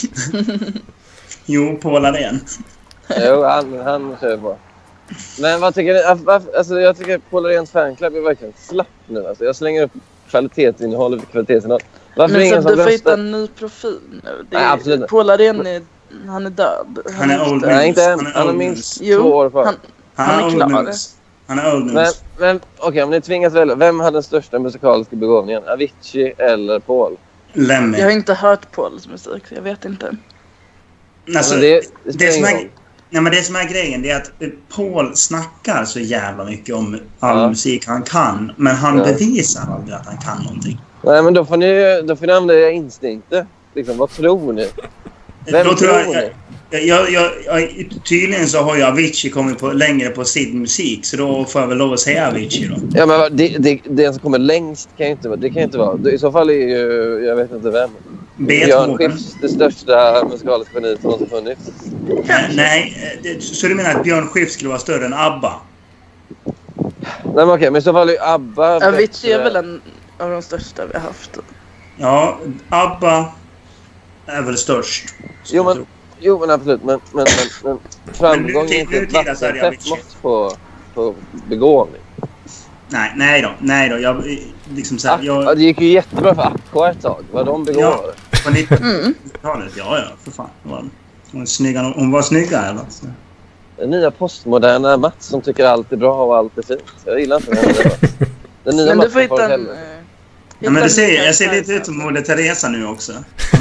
Jo, Paul Arén. Jo, han kör på. Men vad tycker ni? Alltså, jag tycker Paul Aréns fanclub är verkligen slapp nu. Alltså, jag slänger upp kvalitetsinnehåll och kvalitetsinnåll. Varför men ingen så som du får hitta en ny profil nu. Nej, absolut. Paul Arén han är död. Han är old news. Nej, inte än. Han är minst 2 år kvar. Han är klar. Han är old news. Men okej, om ni tvingas välja. Vem hade den största musikaliska begåvningen? Avicii eller Paul? Lemmy. Jag har inte hört Pauls musik, så jag vet inte. Alltså, det som är grejen är att Paul snackar så jävla mycket om all musik han kan. Men han bevisar aldrig att han kan någonting. Nej, men då får ni använda era instinkter. Liksom, vad tror ni? Vem då tror ni? Tydligen så har ju Avicii kommit längre på sin musik. Så då får jag väl lov att säga Avicii då. Ja, men det som kommer längst kan ju inte vara. Det kan inte vara. I så fall är ju, jag vet inte vem. Björn Skifs, det största musikaliska geniet som någonsin funnits. Nej, så du menar att Björn Skifs skulle vara större än ABBA? Nej, men okej, men i så fall är ju ABBA... Avicii är väl en av de största vi har haft. Ja, ABBA är väl störst. Jo, men absolut. Men framgång är inte ett vattentätt mått på begåvning. Nej då. Jag, liksom så här, det gick ju jättebra för Aqua ett tag. Var de begåvade? Ja, på 90-talet. Ja, för fan. Hon var snygga eller? Den nya postmoderna Mats som tycker allt är bra och allt är fint. Jag gillar inte det. Den nya men du får hitta en... Ja, men jag ser lite ut som Moder Teresa nu också.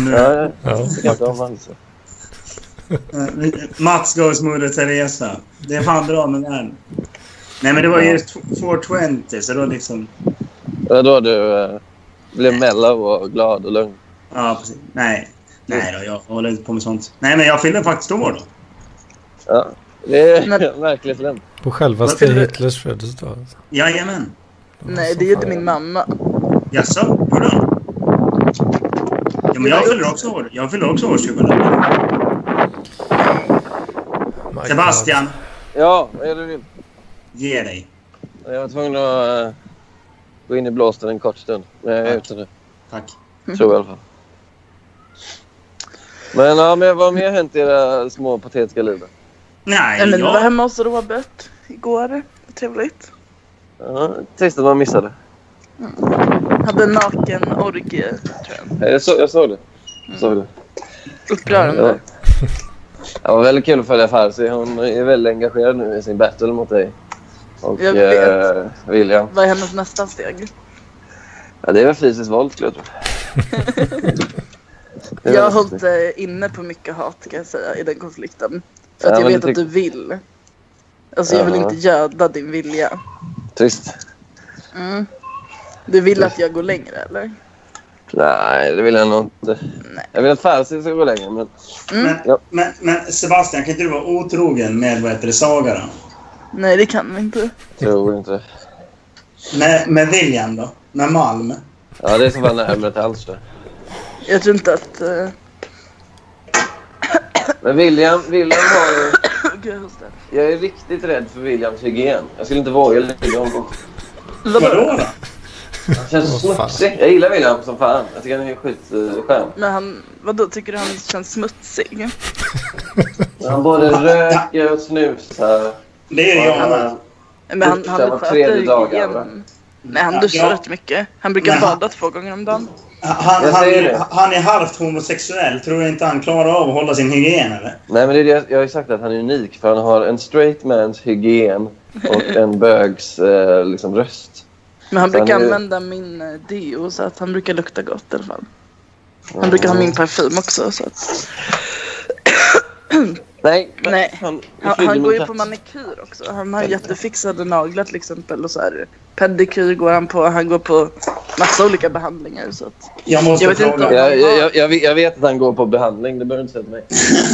Mats goes Moder Teresa. Det är fan bra med den. Nej, men det var ju 420, så då liksom... Ja, då du blev mellow och glad och lugn. Ja, precis. Nej då, jag håller inte på med sånt. Nej, men jag fyller faktiskt år då. Ja, det är verkligen slem. På självaste Hitlers födelsedag. Jajamän. Nej, det gjorde min mamma. Jaså? Hur då? Ja, men jag fyller också år. Jag fyller också år 2000. Sebastian. Ja, vad är det du vill? Ge dig. Jag var tvungen att gå in i blåsten en kort stund. Men jag är ute nu. Tack. Tror jag i alla fall. Men vad mer hänt i era små patetiska liv? Nej, men var hemma hos Robert igår. Trevligt. Ja, trist att man missade. Hade en naken orgie, tror jag. Jag såg det. Upprörande. Ja. Det var väldigt kul att följa Farsi. Hon är väldigt engagerad nu i sin battle mot dig. Och Jag vet. William. Vad är hennes nästa steg? Ja, det är väl fysiskt våld, skulle jag tro. Jag har hållit inne på mycket hat, kan jag säga, i den konflikten. För att jag vet att du vill. Alltså jag vill inte göda din vilja. Trist. Du vill att jag går längre, eller? Nej, det vill jag nog inte. Nej. Jag vill att Farsi ska gå längre, men... Men Sebastian, kan inte du vara otrogen med Saga då? Nej, det kan vi inte. Tror inte. Med William då? Med Malm? Ja, det är så fall närmare till alls då. Jag tror inte att... Men William har ju... Gud, hos det. Jag är riktigt rädd för Williams hygien. Jag skulle inte våga lägga honom. Vadå då? Han känns smutsig. Jag gillar William som fan. Jag tycker han är skitskön. Men vadå, tycker du han känns smutsig? Han både röker och snusar. Det är jag. Men han sköter hygien. Nej, han duschar rätt mycket. Han brukar bada 2 gånger om dagen. Han är halvt homosexuell. Tror du inte han klarar av att hålla sin hygien, eller? Nej, men jag har ju sagt att han är unik. För han har en straight mans hygien och en bögs liksom röst. Men han brukar använda min deo, så att han brukar lukta gott i alla fall. Han brukar ha min parfym också, så att... Nej. Han går ju på manikyr också. Han har jättefixade naglar till exempel. Och så här, pedikyr går han på. Han går på massa olika behandlingar. Så att, jag vet fråga. Inte jag vet att han går på behandling. Det behöver inte säga till mig.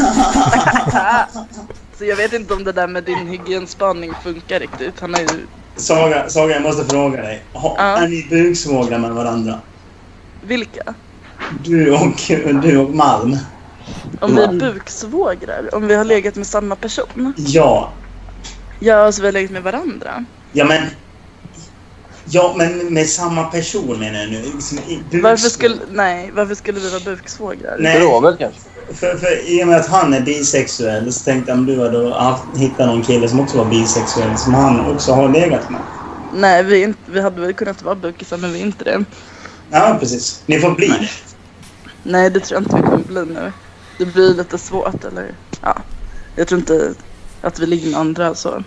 Så jag vet inte om det där med din hygienspaning funkar riktigt. Han är ju... Saga, jag måste fråga dig. Är ni buksvågrar med varandra? Vilka? Du och Malm. Om vi är buksvågrar? Om vi har legat med samma person? Ja. Ja, alltså vi har legat med varandra. Ja, men med samma person menar jag nu. Varför skulle vi vara buksvågrar? Nej. Robert kanske. För i och med att han är bisexuell så tänkte jag om du hade hittat någon kille som också var bisexuell som han också har legat med. Nej, vi hade väl kunnat vara bukisar, men vi är inte det. Ja, precis. Ni får bli det. Nej, det tror jag inte vi kommer bli nu. Det blir lite svårt, eller... Ja, jag tror inte att vi ligger med andra, så...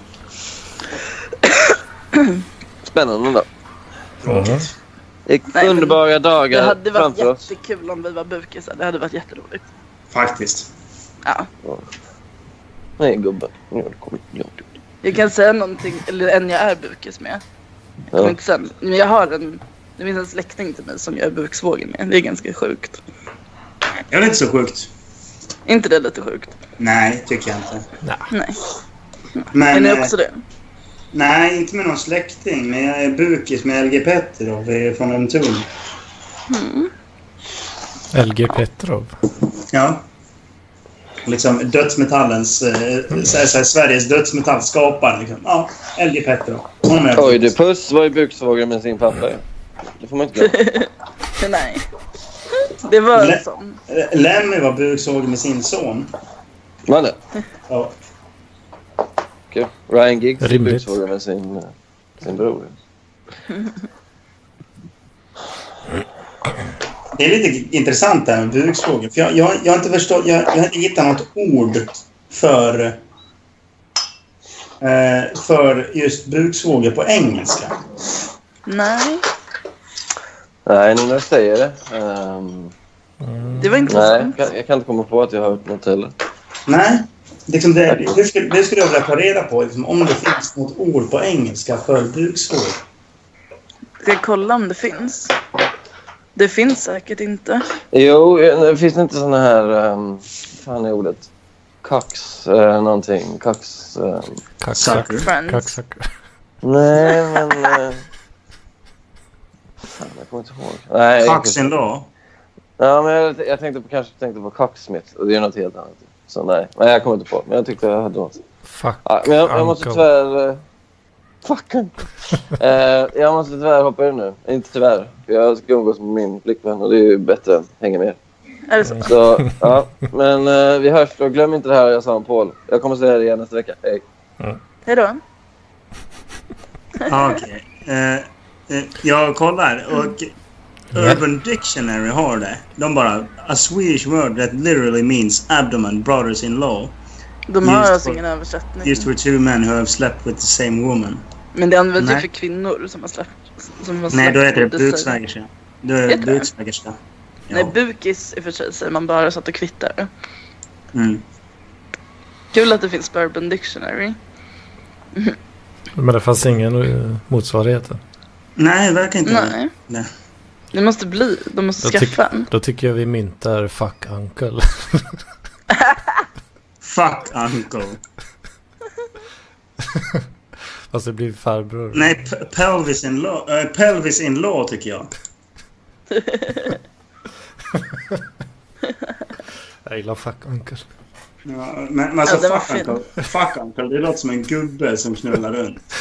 Spännande då. Tråkigt. Underbara dagar. Det hade varit framför oss. jättekul om vi var bukisar. Det hade varit jätteroligt. Faktiskt. Ja. Nej, gubben. Jag kan säga någonting, eller en jag är bukis med. Ja. Inte sen. Men jag har det finns en släkting till mig som jag är buksvågen med. Det är ganska sjukt. Det är inte så sjukt. Inte det lite sjukt? Nej, tycker jag inte. Nej. Men är ni också det? Nej, inte med någon släkting. Men jag är bukis med LG Petrov. Vi är från Ömtun. LG Petrov? Ja. Liksom dödsmetallens... Sveriges dödsmetall skapar. Liksom. Ja, LG Petrov. Oidipus var ju buksvågare med sin pappa. Det får man inte glömma. Nej. Det var en sån. Lemmy var buksvågare med sin son. Var det? Ja. Okej. Ryan Giggs Rimligt. buksvågare med sin bror. Det är lite intressant där med buksvågare. För jag har inte förstått... Jag har inte hittat något ord för just buksvågare på engelska. Nej. Nej, nu när jag säger det. Det var intressant. Nej, jag kan inte komma på att jag har hört något heller. Nej. Liksom det skulle jag vilja ta reda på. Liksom, om det finns något ord på engelska för buksvågare. Ska jag kolla om det finns? Det finns säkert inte. Jo, det finns inte såna här... fan är ordet? Kax, någonting. Kacksucker. Nej, men... fan, jag kommer inte ihåg. Nej, Kaxen då? Ja, men jag tänkte på Cocksmith. Och det är något helt annat. Så nej, jag kommer inte på. Men jag tyckte jag hade något. Fuck ja, men jag måste tyvärr Fuck. Jag måste tyvärr hoppa in nu. Inte tyvärr. För jag ska umgås med min flickvän och det är ju bättre än hänga med. Är det så? Så, ja. Men vi hörs då. Glöm inte det här jag sa om Paul. Jag kommer säga det igen nästa vecka. Hej. Hej då. Okej. Jag kollar och Urban Dictionary har det. De bara a Swedish word that literally means abdomen, brothers-in-law. De har alltså ingen översättning. Used for two men who have slept with the same woman. Men det används ju för kvinnor som har släppt. Nej, då heter det buksvägerska. Då är det buksvägerska. Ja. Nej, bukis i och för sig säger man bara så att du kvittar. Mm. Kul att det finns på Urban Dictionary. Men det fanns ingen motsvarighet. Nej, det verkar inte. Nej. Det måste bli. De måste skaffa en. Då tycker jag vi myntar fuck uncle. Fuck uncle. Fast det blir farbror. Nej, pelvis in law tycker jag. Jag gillar fuck uncle. Ja, men alltså fuck uncle, det låter som en gubbe som knullar runt.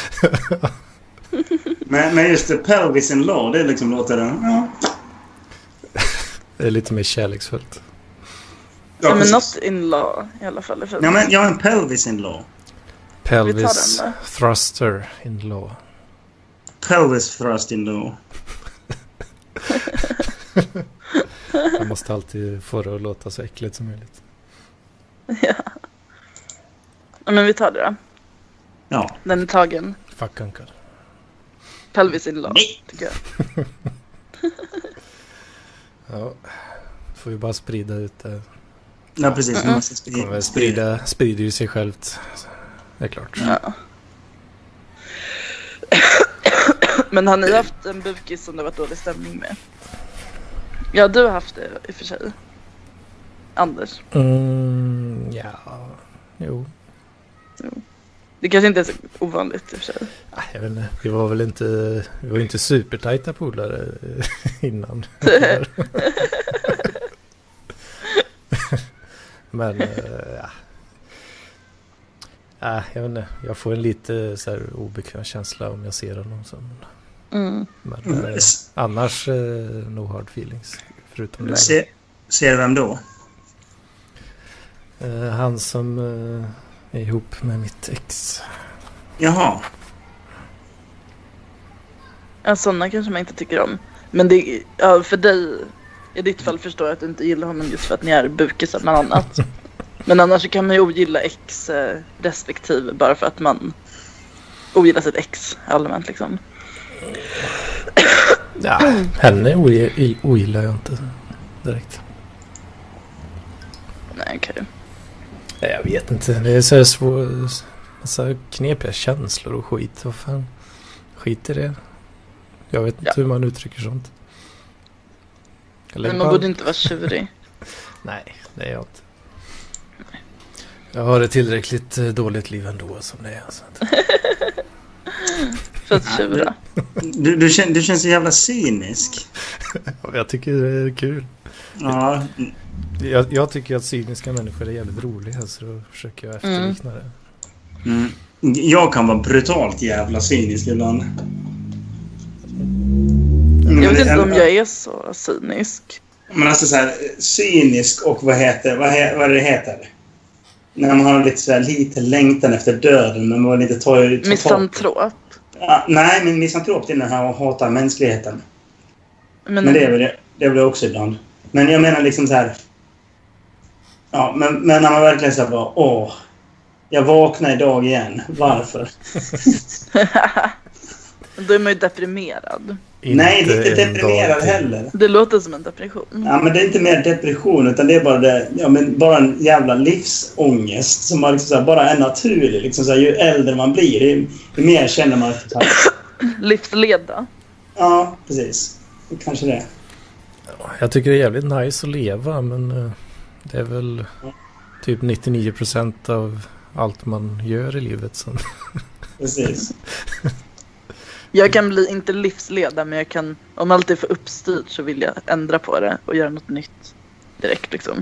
men just det, pelvis in law, det liksom låter det. Ja. Det är lite mer kärleksfullt. Ja, men not in law i alla fall. Ja, men jag har en pelvis in law. Pelvis thruster in law. Pelvis thrust in law. Jag måste alltid få det att låta så äckligt som möjligt. Ja. Men vi tar det då. Ja. Den är tagen. Fuck uncle. Pelvis in law, tycker jag. Ja. Får vi bara sprida ut det. Ja, precis. Man måste sprider ju sig självt. Det är klart. Ja. Men har ni haft en bukis som det varit dålig stämning med? Ja, du har haft det i och för sig. Anders. Ja. Jo. Det kanske inte är så ovanligt i och för sig. Jag vet inte. Vi var inte supertajta polare innan. Men jag vet inte. Jag får en lite så här obekväm känsla om jag ser honom som. Men annars no hard feelings förutom det. Ser vem då? Han som är ihop med mitt ex. Jaha. Ja, sådana kanske man inte tycker om. Men det, för dig, i ditt fall förstår jag att du inte gillar honom just för att ni är bukisar med annat. Men annars kan man ju ogilla ex respektive bara för att man ogillar sitt ex allmänt liksom. Ja, henne ogillar jag inte direkt. Nej, okej. Jag vet inte. Det är så här så knepiga känslor och skit. Vad fan? Skit i det. Jag vet inte hur man uttrycker sånt. Men man borde inte vara tjurig. Nej, det är jag inte. Jag har ett tillräckligt dåligt liv ändå som det är. Så att... För att tjura. Du känns så jävla cynisk. Jag tycker det är kul. Ja. Jag tycker att cyniska människor är jävligt roliga, så då försöker jag efterlikna det. Mm. Jag kan vara brutalt jävla cynisk ibland. Jag vet inte om jag är så cynisk. Men alltså så här, cynisk och vad det heter? När man har lite så här, lite längtan efter döden, men man inte tar misantrop. Ja, nej, men misantrop det är när han hatar mänskligheten. Men det är väl också ibland. Men jag menar liksom så här. Ja, men när man verkligen så bara, jag vaknar idag igen. Varför? Då är man ju deprimerad. Nej, det är inte deprimerad heller. Det låter som en depression. Ja, men det är inte mer depression, utan det är bara bara en jävla livsångest som man liksom så här, bara är naturlig. Liksom så här, ju äldre man blir, ju mer känner man så här. Livsleda. Ja, precis. Kanske det. Jag tycker det är jävligt nice att leva, men det är väl typ 99% av allt man gör i livet som... Precis. Jag kan bli inte livsleda, men jag kan, om allt är för uppstyrt så vill jag ändra på det och göra något nytt direkt liksom.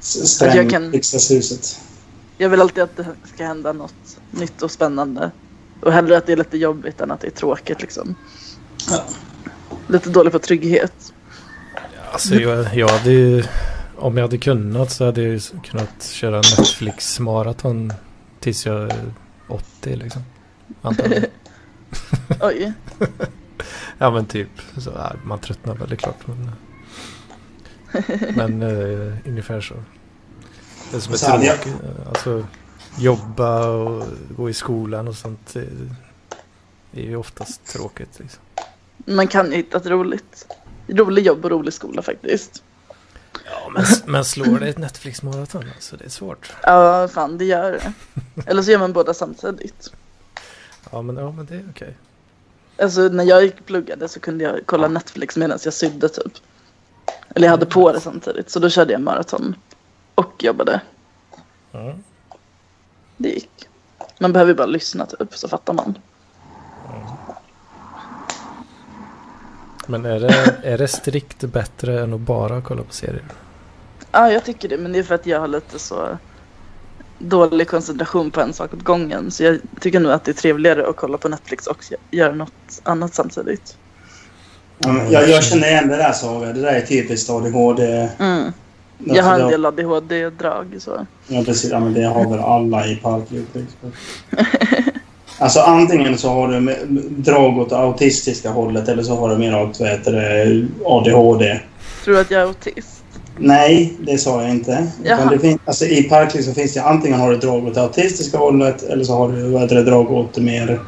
Riksdagshuset. Jag vill alltid att det ska hända något nytt och spännande. Och hellre att det är lite jobbigt än att det är tråkigt liksom. Ja. Lite dålig på trygghet. Alltså jag hade ju, om jag hade kunnat så hade jag ju kunnat köra Netflix-maraton tills jag är 80 liksom. Antagligen. Oj. Ja men typ, så, man tröttnar väldigt klart. Men ungefär så. Det som är Så hade jag- tråkigt, alltså jobba och gå i skolan och sånt, det är ju oftast tråkigt liksom. Man kan ju hitta ett rolig jobb och rolig skola faktiskt. Ja, men slår det ett Netflix-maraton alltså, det är svårt. Ja, fan det gör det. Eller så gör man båda samtidigt. Ja men det är okej. Alltså när jag gick och pluggade så kunde jag kolla Netflix medan jag sydde typ. Eller jag hade på det samtidigt. Så då körde jag maraton. Och jobbade. Ja. Det gick. Man behöver bara lyssna typ så fattar man. Men är det strikt bättre än att bara kolla på serier? Ja, jag tycker det. Men det är för att jag har lite så dålig koncentration på en sak åt gången. Så jag tycker nog att det är trevligare att kolla på Netflix och göra något annat samtidigt. Ja, men jag känner igen det där, Saga. Det där är typiskt ADHD. Mm. Jag har en del ADHD-drag så. Ja, precis. Ja, men det har väl alla i parklivet. Alltså antingen så har du drag åt det autistiska hållet eller så har du mer åt ADHD. Tror du att jag är autist? Nej, det sa jag inte. Alltså, i parklivet så finns det antingen har du drag åt det autistiska hållet eller så har du drag åt det mer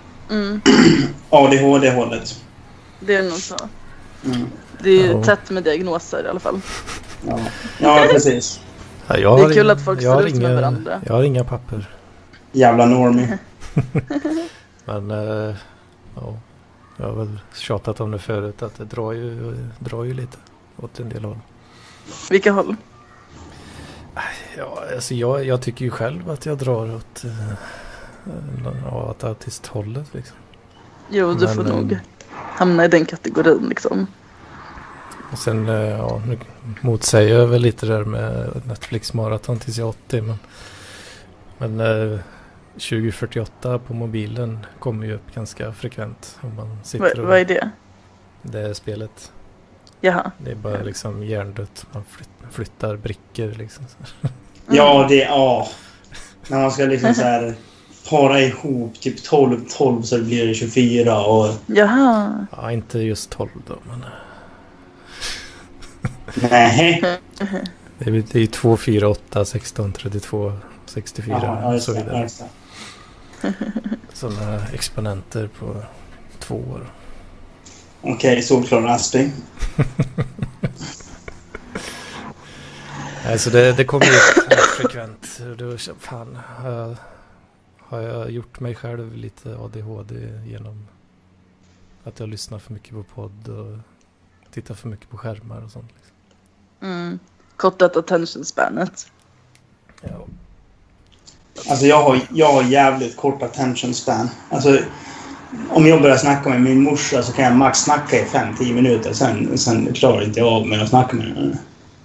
ADHD-hållet. Det är nog så. Mm. Det är tätt med diagnoser i alla fall. Ja precis. Ja, det är kul att folk ser ut med varandra. Jag har inga papper. Jävla normie. Men ja, jag har väl tjatat om det förut att det drar ju lite åt en del håll. Vilka håll? Ja, alltså jag tycker ju själv att jag drar åt autisthållet liksom. Jo, du får nog hamna i den kategorin liksom. Och sen nu motsäger jag väl lite där med Netflix-maraton tills jag är 80 men 2048 på mobilen kommer ju upp ganska frekvent om man sitter och... Vad är det? Det är spelet. Jaha. Det är bara liksom hjärndött. Man flyttar brickor liksom. Ja, när man ska liksom så här para ihop typ 12 så blir det 24 och... Jaha. Ja, inte just 12 då, men... Nej. Det är 2, 4, 8, 16, 32, 64 och så vidare. Sådana exponenter på 2 år. Okej, solklar Aspling. Nej, så det kommer ju frekvent. Då, fan, har jag gjort mig själv lite ADHD genom att jag lyssnar för mycket på podd och tittar för mycket på skärmar och sånt. Liksom. Kortat attention spanet. Ja. Alltså jag har jävligt kort attention span. Alltså om jag börjar snacka med min morsa så kan jag max snacka i 5-10 minuter. Sen klarar inte jag av med att snacka med henne.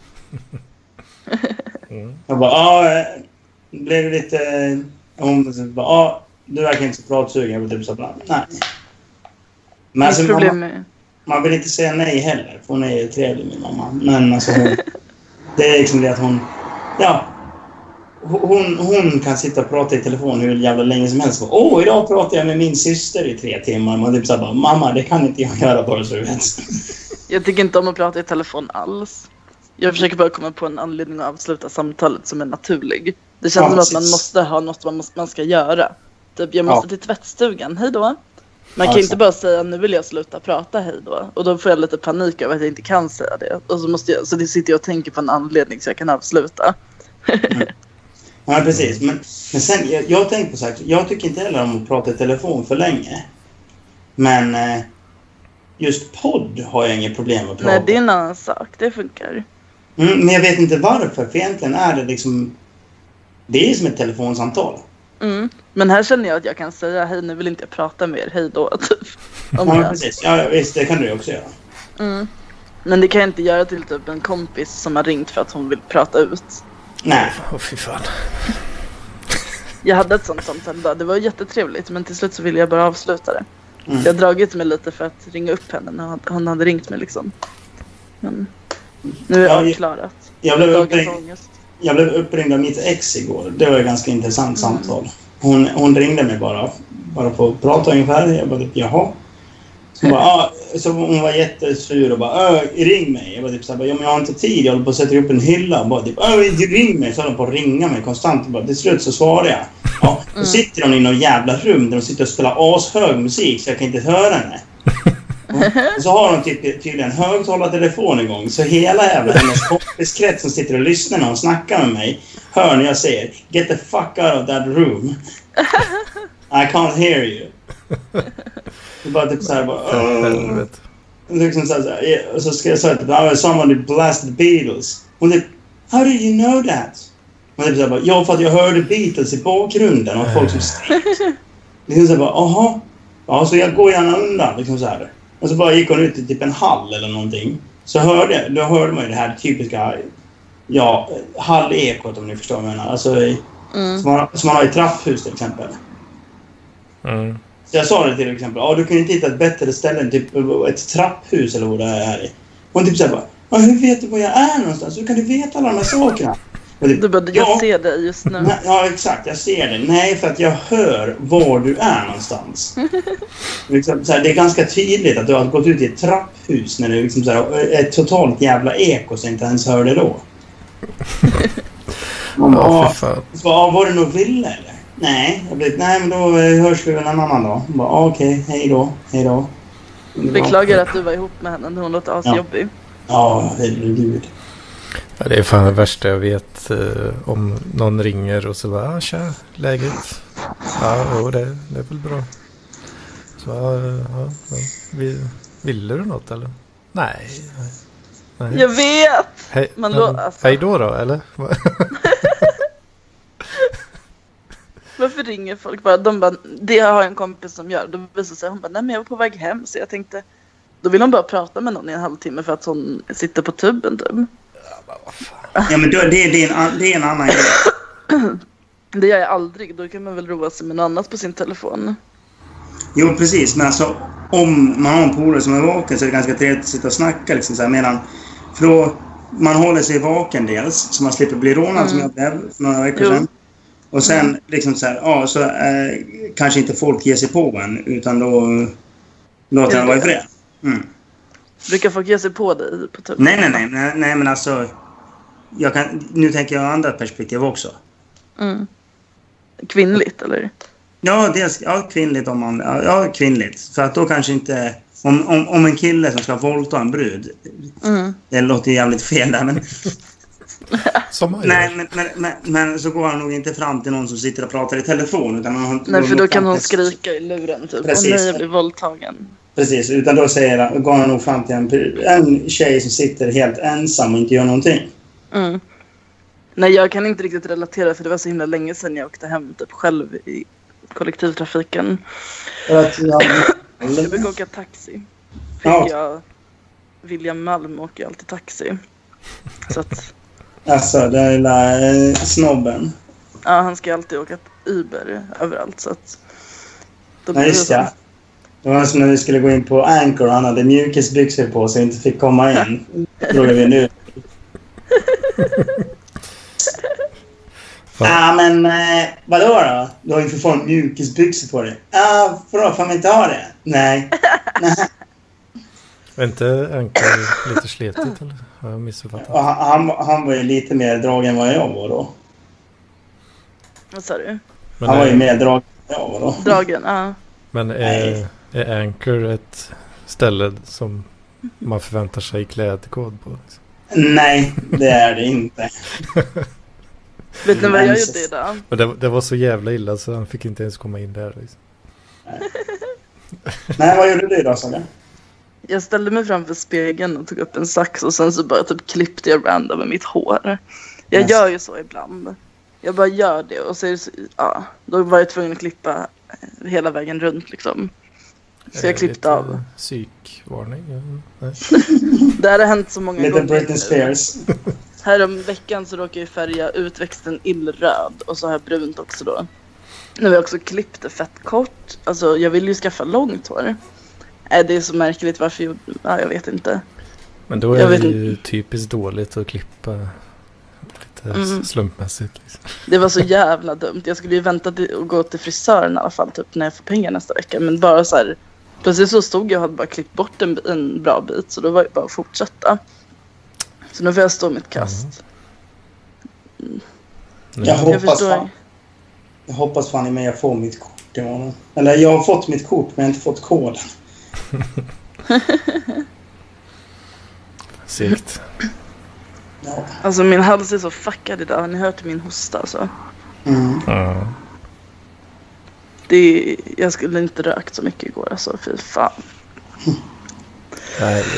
Jag bara, blev det lite... Hon bara, du verkar inte så pratsugen. Jag vill typ så bara, nej. Men alltså, man vill inte säga nej heller. För hon är trevlig, min mamma. Men alltså det är liksom det att hon... Ja. Hon kan sitta och prata i telefon hur jävla länge som helst. Idag pratar jag med min syster i 3 timmar. Man typ så bara, mamma, det kan inte jag göra bara så vet. Jag tycker inte om att prata i telefon alls. Jag försöker bara komma på en anledning att avsluta samtalet som är naturlig. Det känns som att man måste ha något man ska göra. Typ, jag måste till tvättstugan, hej då. Man kan inte bara säga, nu vill jag sluta prata, hej då. Och då får jag lite panik över att jag inte kan säga det. Och så det sitter jag och tänker på en anledning så jag kan avsluta. Ja, precis. Men sen, jag tänker på sagt, jag tycker inte heller om att prata i telefon för länge. Men just podd har jag inget problem att prata. Nej, det är en annan sak. Det funkar. Men jag vet inte varför. För egentligen är det liksom... Det är som ett telefonsamtal. Men här känner jag att jag kan säga, hej, nu vill inte jag prata mer, hej då. Typ, ja, precis. Ja, visst, det kan du också göra. Men det kan jag inte göra till typ en kompis som har ringt för att hon vill prata ut. Nej. Fy fan. Jag hade ett sånt samtal idag. Det var jättetrevligt, men till slut så ville jag bara avsluta det. Jag har dragit mig lite för att ringa upp henne när hon hade ringt mig liksom. Men nu är jag avklarat. Jag blev uppringd av mitt ex igår. Det var ett ganska intressant samtal. Hon ringde mig bara för att prata ungefär. Jag bara typ, jaha. Så hon var jättesur och bara, ring mig. Jag bara typ såhär, ja men jag har inte tid. Jag håller på att sätta upp en hylla. Bara typ, ring mig. Så håller på att ringa mig konstant. Och bara, till slut så svarar jag. Ja, då sitter hon i något jävla rum där de sitter och spelar ashög musik så jag kan inte höra henne. Och så har de tydligen högtalartelefon igång. Så hela jävla hennes kompiskrets som sitter och lyssnar när hon snackar med mig hör när jag säger, get the fuck out of that room. I can't hear you. Det bara typ såhär liksom såhär, och så ska jag säga somebody blasted the Beatles. Och typ, how do you know that? Och typ såhär, ja för att jag hörde Beatles i bakgrunden och folk som skrek. Liksom såhär bara, aha. Ja, så jag går gärna undan liksom såhär. Och så bara gick hon ut i typ en hall eller någonting. Så då hörde man ju det här typiska, hall-ekot om ni förstår vad jag menar. Alltså som man har i trapphus till exempel. Så jag sa det till exempel, du kan inte hitta ett bättre ställe än typ ett trapphus eller vad det är i. Hon typ såhär bara, hur vet du var jag är någonstans? Hur kan du veta alla de här sakerna? Du bara, jag ser dig just nu. Ja, exakt, jag ser dig. Nej, för att jag hör var du är någonstans. Liksom, så här, det är ganska tydligt att du har gått ut i ett trapphus när det är liksom, så här, ett totalt jävla eko så jag inte ens hör det då. Var det nog ville eller? Nej, nej men då hörs vi väl en annan dag. Okej, hej då. Beklagar att du var ihop med henne när hon låter asjobbig. Ja, herregud. Ja, det är fan det värsta jag vet, om någon ringer och så bara, tja, läget? Ja, det är väl bra. Så, ville du något eller? Nej. Jag vet! Hej då eller? Varför ringer folk bara? De bara, det har en kompis som gör. Då visar sig hon bara, nej men jag var på väg hem. Så jag tänkte, då vill hon bara prata med någon i en halvtimme för att hon sitter på tuben typ. Ja men det är en annan grej. Det gör jag aldrig. Då kan man väl roa sig med något annat på sin telefon. Jo precis, men alltså om man har en polare som är vaken så är det ganska trevligt att sitta och snacka liksom, så här, medan för då man håller sig vaken dels så man slipper bli rånad som jag blev för några veckor sedan. Och sen liksom så här, så kanske inte folk ger sig på en utan då låter den vara i fred. Brukar folk ge sig på dig på tuben? Nej men alltså nu tänker jag andra perspektiv också. Kvinnligt eller? Ja, kvinnligt om man kvinnligt för att då kanske inte om en kille som ska våldta en brud. Det låter jävligt fel där men nej, men så går han nog inte fram till någon som sitter och pratar i telefon utan nej, för då kan hon skrika i luren typ. Precis. Och nej, jag blir våldtagen. Precis, utan då går han nog fram till en tjej som sitter helt ensam och inte gör någonting. Nej, jag kan inte riktigt relatera för det var så himla länge sedan jag åkte hem typ själv i kollektivtrafiken. Jag brukar åka taxi. Jag William Malm åker alltid taxi. Så att alltså, det är lilla snobben. Ja, han ska alltid åka Uber överallt så att ja, just ja. Det var som när vi skulle gå in på Anchor och han hade mjukisbyxor på så inte fick komma in. Drog vi nu. Men vadå då? Du har ju för fan mjukisbyxor på dig. Får man inte ha det? Nej. Var inte Anchor lite sletigt eller? Har jag missuppfattat? Han var ju lite mer dragen än vad jag var då. Vad sa du? Men han var ju mer dragen än jag var då. Dragen, ja. Men är Anchor ett ställe som man förväntar sig klädkod på? Nej, det är det inte. Vet ni vad jag gjorde idag? Men det var så jävla illa så han fick inte ens komma in där. Liksom. Nej, vad gjorde du idag, Saga? Jag ställde mig framför spegeln och tog upp en sax och sen så bara typ klippte jag random med mitt hår. Jag gör ju så ibland. Jag bara gör det och så är det så, då var jag tvungen att klippa hela vägen runt liksom. Så jag klippte av. Psykvarning. Det har hänt så många gånger. Britney Spears. Här om veckan så råkar jag färga utväxten illröd och så har jag brunt också då. Nu har jag också klippt det fett kort. Alltså jag vill ju skaffa långt hår. Det är så märkligt varför jag vet inte. Men då är det ju typiskt dåligt att klippa lite slumpmässigt. Liksom. Det var så jävla dumt. Jag skulle ju vänta och gå till frisören i alla fall typ när jag får pengar nästa vecka. Men bara så här, precis så stod jag och hade bara klippt bort en bra bit. Så då var det bara att fortsätta. Så nu får jag stå mitt kast. Jag hoppas fan i mig jag får mitt kort imorgon. Eller jag har fått mitt kort men jag har inte fått koden. Segt. Ja. Alltså min hals är så fuckad idag. Har ni hört min hosta alltså? Jag skulle inte rökt så mycket igår alltså. Fy fan. Nej.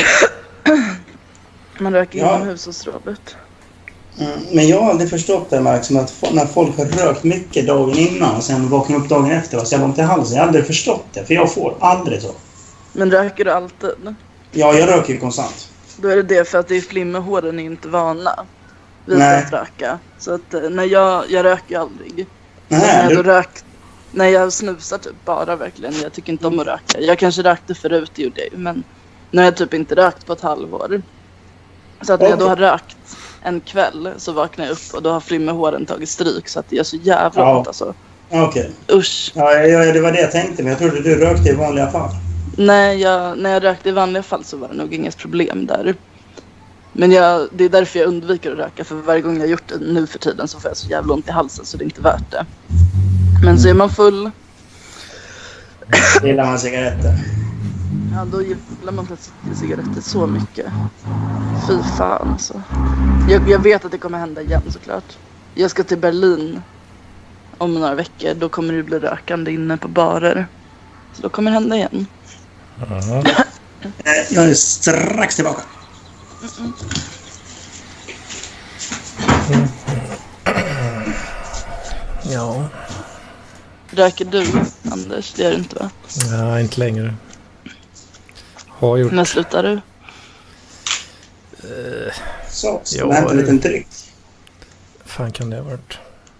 Man röker inomhus hos Robert. Men jag har aldrig förstått det, Mark, som att när folk har rökt mycket dagen innan och sen vaknar upp dagen efter och så jag har ont i halsen. Jag har aldrig förstått det, för jag får aldrig så. Men röker du alltid? Ja, jag röker ju konstant. Då är det för att det är flimmerhåren är inte vana vid att röka. Så att när jag röker aldrig. När jag snusar typ bara verkligen. Jag tycker inte om att röka. Jag kanske rökte förut, det gjorde jag. Men nu har jag typ inte rökt på ett halvår. Så att när jag då har rökt en kväll så vaknar jag upp och då har flimmerhåren tagit stryk. Så att det är så jävla ont alltså. Okej. Usch. Ja, det var det jag tänkte. Men jag trodde du rökte i vanliga fall. Nej, när jag rökte i vanliga fall så var det nog inget problem där. Men det är därför jag undviker att röka. För varje gång jag har gjort det nu för tiden så får jag så jävla ont i halsen så det är inte värt det. Men så är man full. Gillar man cigaretter? Ja, då gillar man plötsligt cigaretter så mycket. Fy fan alltså. Jag vet att det kommer hända igen såklart. Jag ska till Berlin om några veckor. Då kommer det bli rökande inne på barer. Så då kommer det hända igen. Jag är strax tillbaka. Ja. Röker du, Anders? Det gör du inte, va? Ja, inte längre. Har gjort. När slutar du? Så vänta en liten tryck. Fan kan det ha varit?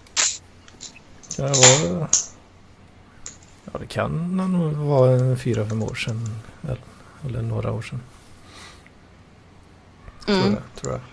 Det kan nog vara 4-5 år sedan. Eller några år sedan. Tror jag.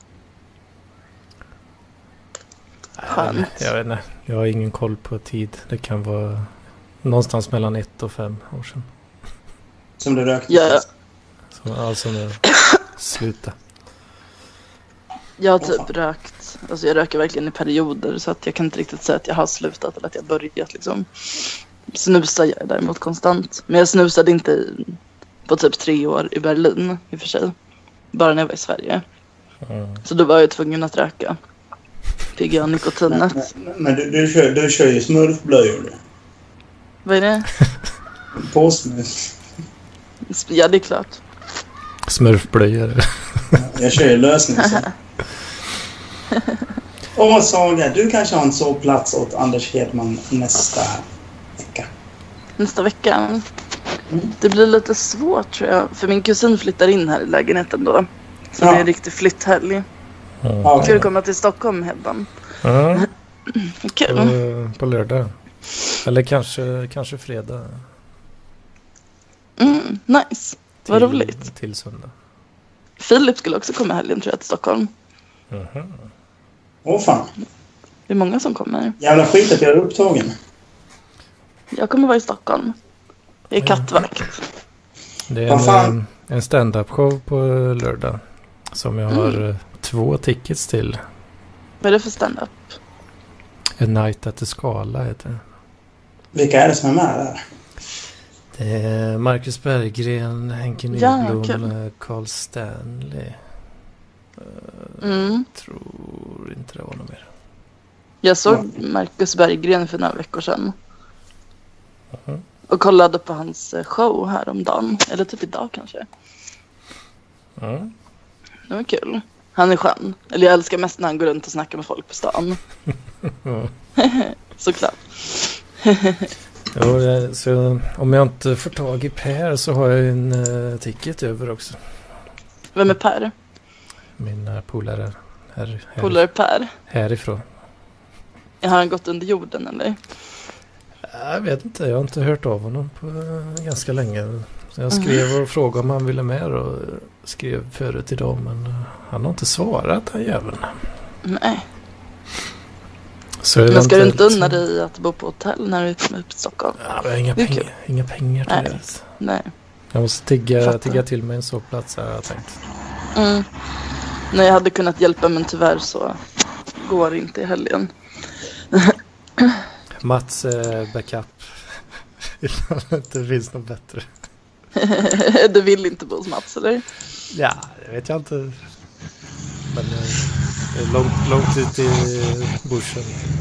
Skönt. Jag vet inte. Jag har ingen koll på tid. Det kan vara någonstans mellan 1 och 5 år sedan. Som du rökte? Ja. Alltså när sluta. Jag har typ rökt. Alltså jag röker verkligen i perioder. Så att jag kan inte riktigt säga att jag har slutat. Eller att jag börjat liksom. Snusar jag däremot konstant. Men jag snusade inte på typ 3 år i Berlin i och för sig. Bara när jag var i Sverige. Så då var jag tvungen att röka. Fick jag nikotinet. Men du kör ju smurfblöjor. Vad är det? Påsnus. Ja, det är klart. Smurfblöjor. Jag kör ju lösnus. Saga, du kanske har en sovplats åt Anders Hedman nästa vecka. Nästa vecka? Det blir lite svårt tror jag. För min kusin flyttar in här i lägenheten då. Så det är en riktig flytthelg. Ska du komma till Stockholm, Hedman? Kul. På lördag. Eller kanske fredag. Nice. Vad roligt. Till söndag. Filip skulle också komma helgen tror jag till Stockholm. Fan. Det är många som kommer. Jävla skit att jag är upptagen. Jag kommer vara i Stockholm. Det är kattvakt. Det är en stand-up show på lördag. Som jag har 2 tickets till. Vad är det för stand-up? A Night at the Scala heter det. Vilka är det som är med där? Det är Marcus Berggren, Henke Nyblom, Carl Stanley. Tror inte det var något mer. Jag såg Marcus Berggren för några veckor sedan. Och kollade på hans show här om dagen. Eller typ idag kanske. Det var kul. Han är skön. Eller jag älskar mest när han går runt och snackar med folk på stan. Såklart. Så om jag inte får tag i Per så har jag en ticket över också. Vem är Per? Min polare Polare Per? Härifrån. Har han gått under jorden eller? Jag vet inte, jag har inte hört av honom på ganska länge. Så jag skrev och frågade om han ville med och skrev förut idag, men han har inte svarat, den jäveln. Nej. Så men ska du inte unna dig att bo på hotell när du kommer upp till Stockholm? Ja, jag har inga pengar till det. Nej. Jag måste tigga till mig en sovplats, har jag tänkt. Nej, jag hade kunnat hjälpa, men tyvärr så går det inte i helgen. Mats backup. Det finns något bättre. Du vill inte bo hos Mats, eller? Ja, det vet jag inte. Men det är långt ut i bushen.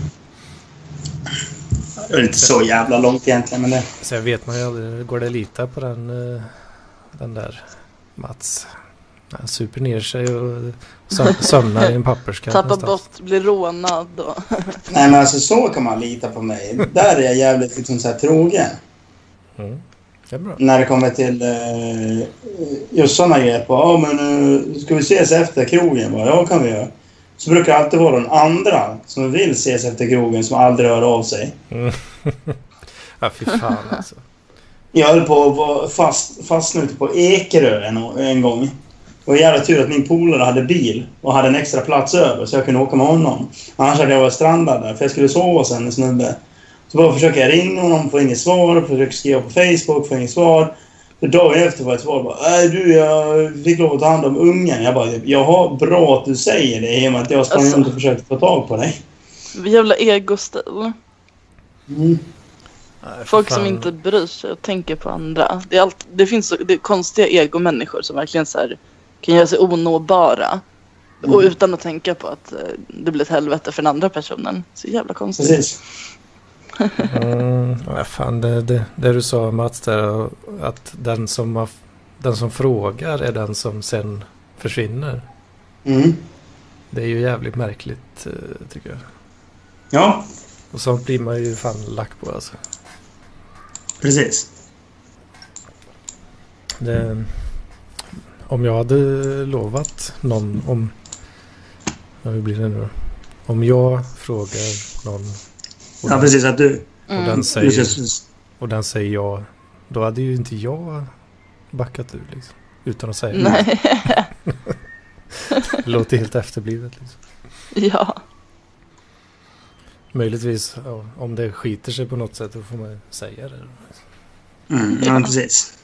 Det är inte så jävla långt egentligen, men det... Så jag vet man ju aldrig, går det lita på den där Mats? Han super ner sig och sömnar i en papperskatt. Tappar bort, blir rånad då. Nej, men alltså så kan man lita på mig. Där är jag jävligt liksom så här trogen. Det är bra. När det kommer till just sådana grejer på, men ska vi ses efter krogen? Ja, kan vi göra. Så brukar det alltid vara den andra som vill ses efter krogen som aldrig hör av sig. Ja, fy fan alltså. Jag höll på att vara fastnut på Ekerö en gång. Och jävla tur att min polare hade bil och hade en extra plats över så jag kunde åka med honom. Annars hade jag varit strandad där för jag skulle sova sen en snubbe. Så bara försöker jag ringa honom, få inget svar. Försöker skriva på Facebook, få inget svar. Så dagen efter var ett svar bara, jag fick lov att ta hand om ungen. Jag bara, jaha, bra att du säger det i och med att jag sprang runt och försökte få tag på dig. Jävla egostil. Folk som inte bryr sig och tänker på andra. Det finns konstiga egomänniskor som verkligen så här kan göra sig onåbara. Och utan att tänka på att det blir ett helvete för den andra personen. Så jävla konstigt. Precis. Fan, det du sa, Mats, där, att den som frågar är den som sen försvinner. Det är ju jävligt märkligt, tycker jag. Ja. Och sånt blir man ju fan lack på, alltså. Precis. Om jag hade lovat någon hur blir det nu? Om jag frågar någon ja, precis, att du och den säger ja, då hade ju inte jag backat ur liksom, utan att säga nej. Det låter helt efterblivet liksom. Ja. Möjligtvis, ja, om det skiter sig på något sätt då får man säga det. Ja, precis.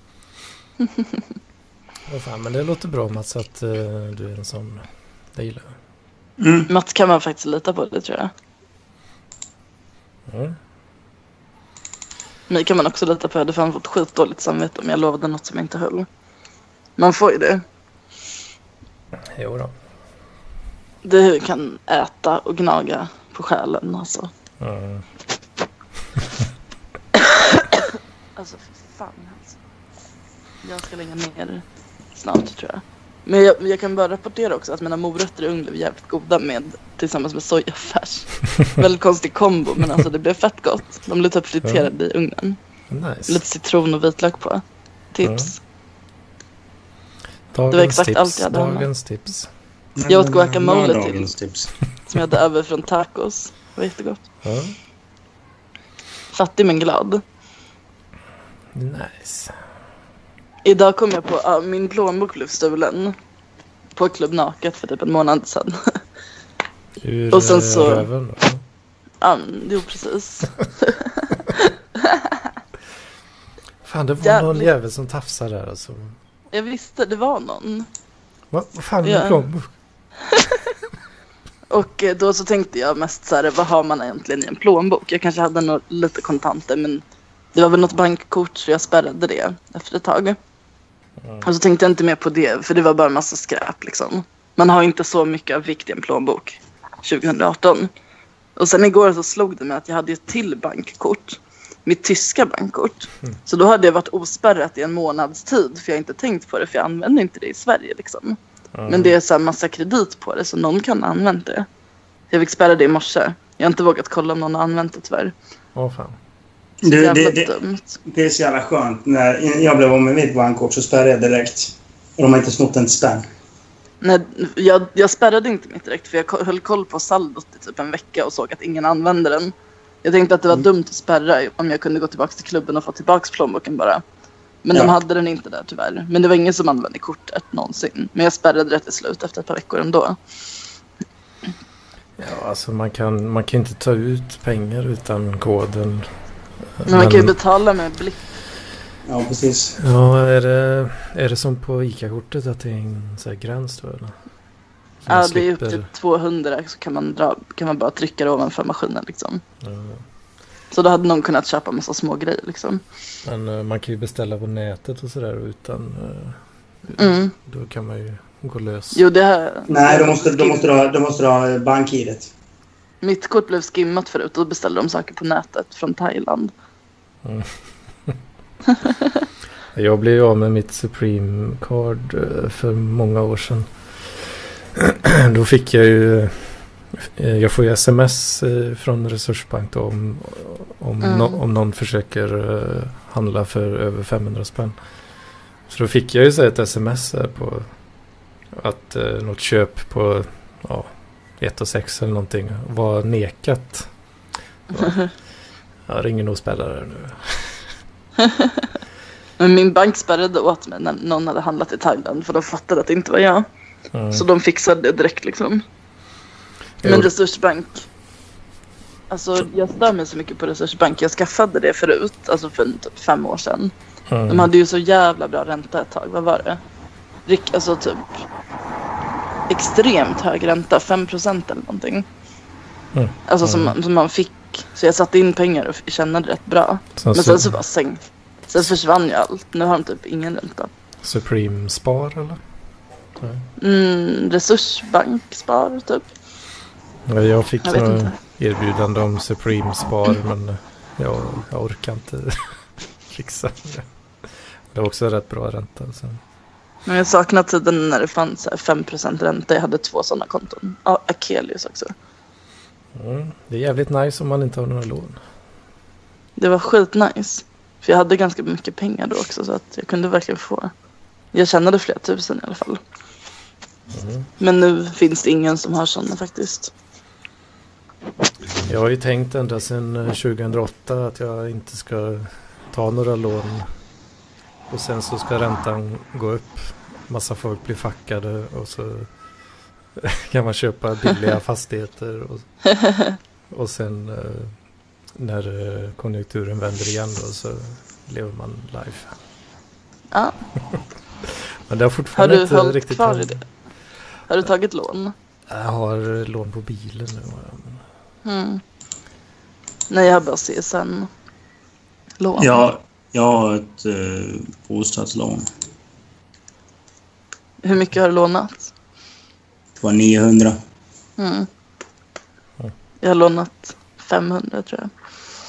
Ja, fan, men det låter bra, Mats, att du är en sån. Det gillar jag. Mats kan man faktiskt lita på, det tror jag. Mig kan man också lita på. Jag hade fan fått skitdåligt samvete om jag lovade något som inte höll. Man får ju det. Jo då. Du kan äta och gnaga på själen, alltså. Alltså, för fan alltså. Jag ska lägga ner snart, tror jag. Men jag kan bara rapportera också att mina morötter i ugn blev jävligt goda tillsammans med sojafärs. Väldigt konstig kombo, men alltså det blev fett gott. De blev typ friterade i ugnen. Nice. Lite citron och vitlök på. Tips. Det var exakt allt jag hade hemma. Dagens tips. Jag åt guacamole till. Som jag hade över från tacos. Det var jättegott. Fattig men glad. Nice. Idag kom jag på min plånbok blev stulen på Klubb Naket för typ en månad sedan. Och sen så röven, jo, precis. Fan, det var någon jävel som tafsade där alltså. Jag visste, det var någon. Vad fan är en plånbok? Och då så tänkte jag mest så här, vad har man egentligen i en plånbok? Jag kanske hade lite kontanter, men det var väl något bankkort så jag spärrade det efter ett tag. Och så tänkte jag inte mer på det, för det var bara en massa skräp liksom. Man har inte så mycket av vikt i en plånbok 2018. Och sen igår så slog det mig att jag hade ett till bankkort. Mitt tyska bankkort. Så då hade jag varit ospärrat i en månads tid, för jag har inte tänkt på det, för jag använder inte det i Sverige liksom. Men det är så här massa kredit på det, så någon kan använda det. Jag fick spärra det i morse. Jag har inte vågat kolla om någon har använt det tyvärr. Fan. Det är så jävla skönt. När jag blev av med mitt bankkort så spärrade jag direkt. Och de har inte snott en spänn. Nej, jag spärrade inte mitt direkt för jag höll koll på saldot i typ en vecka och såg att ingen använde den. Jag tänkte att det var dumt att spärra om jag kunde gå tillbaka till klubben och få tillbaka plånboken bara. Men de hade den inte där tyvärr. Men det var ingen som använde kortet någonsin. Men jag spärrade det till slut efter ett par veckor ändå. Ja, alltså man kan inte ta ut pengar utan koden. Men man kan ju betala med blick. Ja, precis. Ja, är det som på ICA-kortet att det är en så här gräns då? Eller? Ja, det är upp till 200 så kan man bara trycka det ovanför maskinen liksom. Ja. Så då hade någon kunnat köpa en massa små grejer liksom. Men man kan ju beställa på nätet och sådär utan då kan man ju gå lös. Jo, det här... Nej, då måste du ha bank-idet. Mitt kort blev skimmat förut och då beställde de saker på nätet från Thailand. Mm. Jag blev av med mitt Supreme Card för många år sedan. Då fick jag ju jag får ju sms från Resursbank då, om någon försöker handla för över 500 spänn. Så då fick jag ju så ett sms på att något köp på 1,6 eller någonting var nekat. Jag ringer nog spelare nu. Men min bank spärrade åt mig när någon hade handlat i Thailand för de fattade att det inte var jag. Så de fixade det direkt liksom. Men Resursbank, alltså jag stör mig så mycket på Resursbank. Jag skaffade det förut, alltså för typ 5 år sedan. De hade ju så jävla bra ränta ett tag. Vad var det? Alltså typ extremt hög ränta, 5% eller någonting. Alltså som man fick. Så jag satte in pengar och kände rätt bra. Men sen så bara sänkt. Sen försvann ju allt. Nu har de typ ingen ränta. Supreme Spar eller? Resursbank Spar typ. Ja, jag fick några erbjudande om Supreme Spar men jag orkar inte fixa det. Det var också rätt bra ränta. Så. Men jag saknar tiden när det fanns 5% ränta. Jag hade 2 sådana konton. Ja, Akelius också. Det är jävligt nice om man inte har några lån. Det var skitnice. För jag hade ganska mycket pengar då också så att jag kunde verkligen få. Jag tjänade flera tusen i alla fall. Men nu finns det ingen som har sådana faktiskt. Jag har ju tänkt ända sedan 2008 att jag inte ska ta några lån. Och sen så ska räntan gå upp. Massa folk blir fackade och så kan man köpa billiga fastigheter. Och sen när konjunkturen vänder igen då så lever man life. Ja. Men det har fortfarande har du inte riktigt kvar i det? Har du tagit lån? Jag har lån på bilen nu. Nej, jag har bara CSN-lån. Ja, jag har ett bostadslån. Hur mycket har du lånat? Det var 900. Jag har lånat 500 tror jag.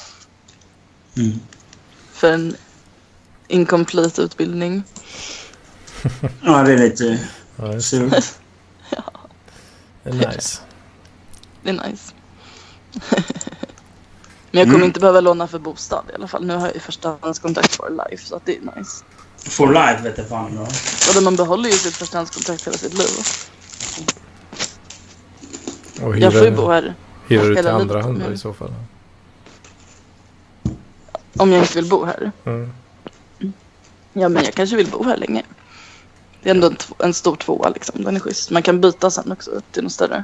För en incomplete utbildning. Ja, det är lite surt. Ja. Det är nice. Det är nice. Men jag kommer inte behöva låna för bostad i alla fall. Nu har jag ju förstahandskontrakt for life så att det är nice. For life vet jag fan då. Och man behåller ju sitt förstahandskontrakt hela sitt liv. Och jag får ju bo här. Hyr du till andra hand i så fall? Om jag inte vill bo här? Ja, men jag kanske vill bo här länge. Det är ändå en stor 2 liksom. Den är schysst. Man kan byta sen också till något större.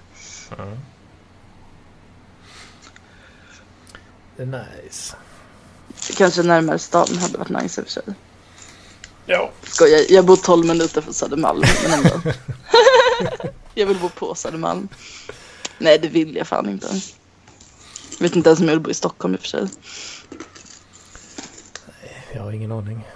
Det är nice. Kanske närmare staden hade varit nice i och för sig. Ja. Jag bor 12 minuter från Södermalm. Men ändå. Jag vill bo på Södermalm. Nej, det vill jag fan inte. Jag vet inte ens om jag vill bo i Stockholm i och för sig. Nej, jag har ingen aning.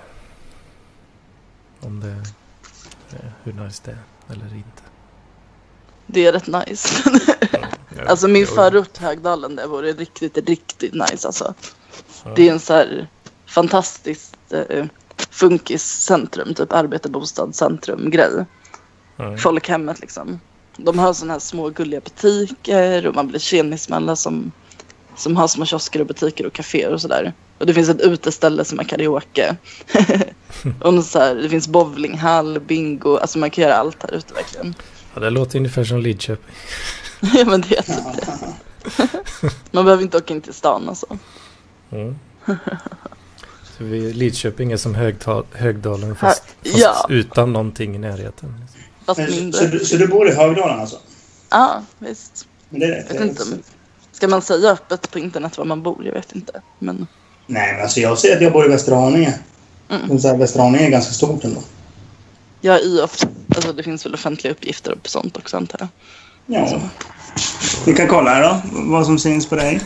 Om det hur nice det är eller inte. Det är rätt nice. Alltså min förort Högdalen där var det riktigt nice alltså. Det är en så här fantastiskt funkiscentrum, typ arbetarbostadcentrum grej. Folkhemmet liksom. De har såna här små gulliga butiker och man blir tjenis med alla som har små kiosker och butiker och kaféer och sådär. Och det finns ett uteställe som är karaoke. Och så här, det finns bowlinghall, bingo, alltså man kan göra allt här ute verkligen. Ja, det låter ungefär som Lidköping. Ja, men det är det. Man behöver inte åka in till stan alltså. Mm. Så Lidköping är som Högdalen fast utan någonting i närheten. Fast mindre. Så du bor i Högdalen alltså? Ja, visst. Men det är jag vet inte. Ska man säga öppet på internet var man bor? Jag vet inte. Men... Nej, men alltså jag säger att jag bor i Västerhaninge. Västerhaninge är ganska stort ändå. Ja, alltså det finns väl offentliga uppgifter på sånt också, antar jag. Ja. Så. Vi kan kolla här då, vad som syns på dig.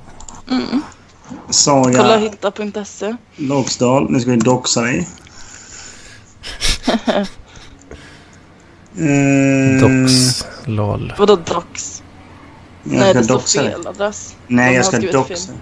Saga. Kolla hitta.se. Loxdal, nu ska vi doxa dig. Dox, lol. Vadå dox? Nej, det står fel adress. Nej, jag ska doxa.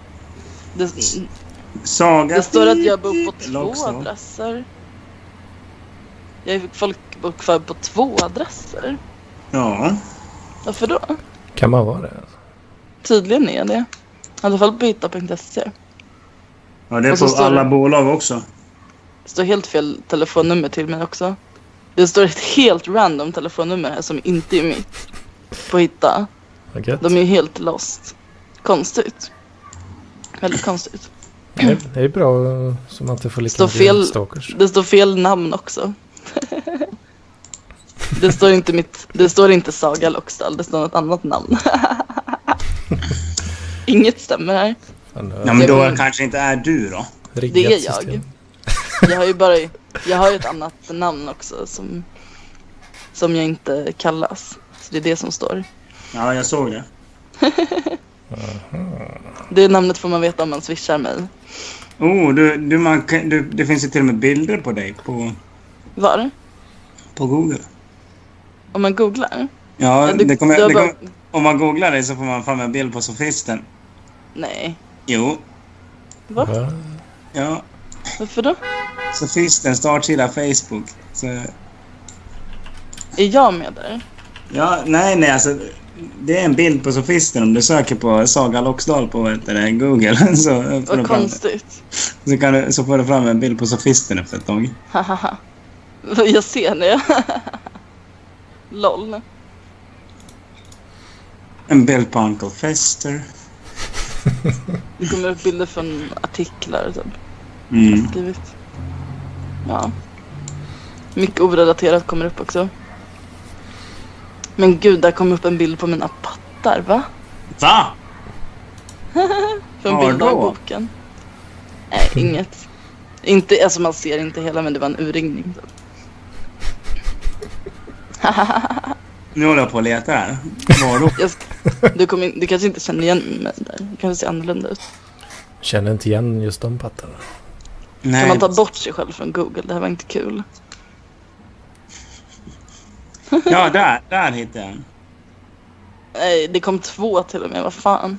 Saga. Det står att jag bor på 2 adresser. Jag fick folkbokförd på 2 adresser. Ja. Varför då? Kan man vara det? Tydligen är det. I alla fall på hitta.se. Ja, det är på alla bolag också. Det står helt fel telefonnummer till mig också. Det står ett helt random telefonnummer här som inte är mitt. På hitta. Okay. De är ju helt lost. Konstigt. Väldigt konstigt. Det är bra så man inte får lika mycket stalkers. Det står fel namn också. Det står inte Saga Loxdal, det står något annat namn. Inget stämmer här. Ja, men då kanske inte är du då. Det är jag. Jag har ju ett annat namn också som jag inte kallas. Så det är det som står. Ja, jag såg det. Det namnet får man veta om man swishar mig. Det finns ju till och med bilder på dig på... Var? På Google. Om man googlar? Ja, om man googlar dig så får man fram en bild på sofisten. Nej. Jo. Va? Ja. Varför då? Sofisten startsida Facebook. Så... Är jag med där? Ja, nej, alltså... Det är en bild på sofisten om du söker på Saga Loxdal på Google. Så får vad konstigt. Så får du fram en bild på sofisten efter ett tag. Jag ser det. Lol. En bild på Uncle Fester. Det kommer upp bilder från artiklar typ. Skrivit. Ja. Mycket orelaterat kommer upp också. Men gud, där kom upp en bild på mina pattar, va? Va? Från bilddagboken. Nej, inget. Inte, alltså man ser inte hela, men det var en urringning. Nu håller jag på att leta här. Var då? Du kanske inte känner igen mig där. Det kanske ser annorlunda ut. Känner inte igen just de pattarna. Nej. Kan man ta bort sig själv från Google? Det här var inte kul. Ja, där hittade jag en. Nej, det kom 2 till och med. Vad fan?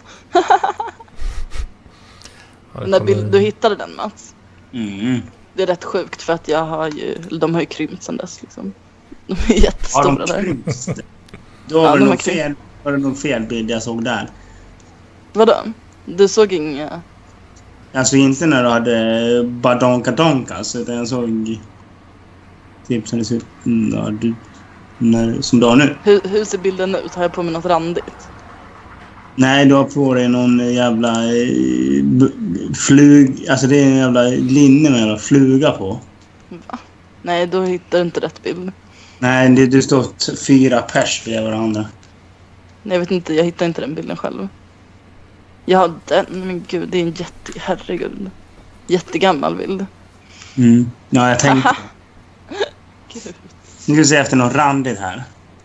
Du hittade den, Mats. Det är rätt sjukt för att de har ju krympt sedan dess liksom. De är jättestora där. Då var det nog fel bild jag såg där. Vadå? Du såg inga... Alltså inte när du hade badonka-donkas, utan jag såg typ som det ser ut som du har nu. Hur ser bilden ut? Har jag på mig något randigt? Nej, du har på dig någon jävla alltså det är en jävla linne med en fluga på. Va? Nej, då hittar du inte rätt bild. Nej, du står 4 pers bredvid varandra. Nej, jag vet inte, jag hittar inte den bilden själv. Ja, men gud, det är en herregud. Jättegammal bild. Ja, jag tänkte. Gud. Nu ska vi se efter något randigt här.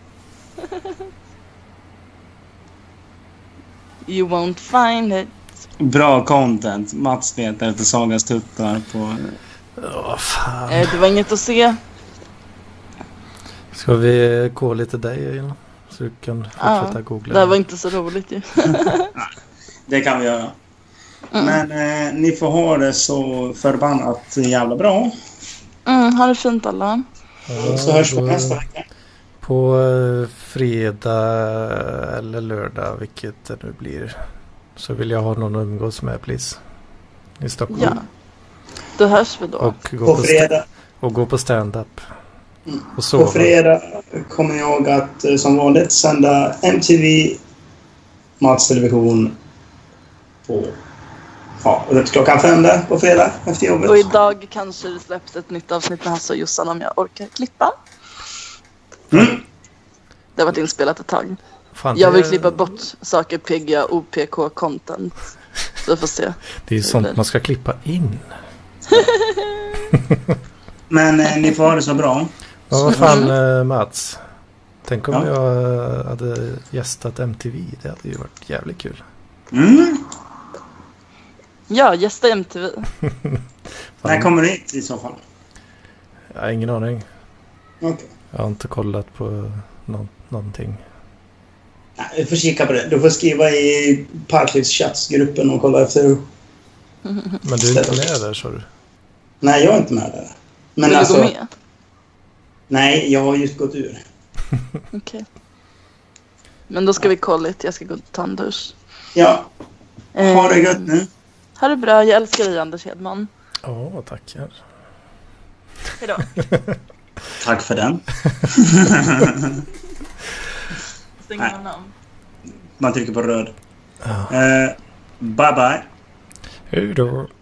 You won't find it. Bra content. Mats letar efter Sagas tuttar på... fan. Det var inget att se. Ska vi gå lite dig så du kan fortsätta googla? Det här var inte så roligt ju. Det kan vi göra. Men ni får ha det så förbannat jävla bra. Ha det fint alla. Så hörs vi nästa vecka. På fredag eller lördag, vilket det nu blir, så vill jag ha någon att umgås med, please. I Stockholm. Ja, då hörs vi då. Och gå på fredag. Och gå på stand-up. Och sova. På fredag kommer jag att som vanligt sända MTV Mats Television på runt klockan 5 där på fredag efter jobbet. Och idag kanske det släpps ett nytt avsnitt med Hasse och Jossan om jag orkar klippa. Det har varit inspelat ett tag. Fan, jag vill klippa bort saker PGA OPK-content. Så vi får se. Det är ju sånt man ska klippa in. Men ni får ha det så bra. Ja, vad fan Mats. Tänk om jag hade gästat MTV. Det hade ju varit jävligt kul. Ja, gästa MTV. När kommer du hit i så fall? Jag har ingen aning. Okay. Jag har inte kollat på någonting. Nej, du får kika på det. Du får skriva i Parklivs-chatsgruppen och kolla efter. Men du är inte med där, sa du? Nej, jag är inte med där. Men vill alltså, du gå med? Nej, jag har just gått ur. Okej. Men då ska vi kolla lite. Jag ska gå och ta en dusch. Ja. Ha det gött nu. Ha det bra. Jag älskar dig, Anders Hedman. Ja, tackar. Hejdå. Tack för den. Stänger man namn. Man trycker på röd. Ja. Bye bye. Hej då.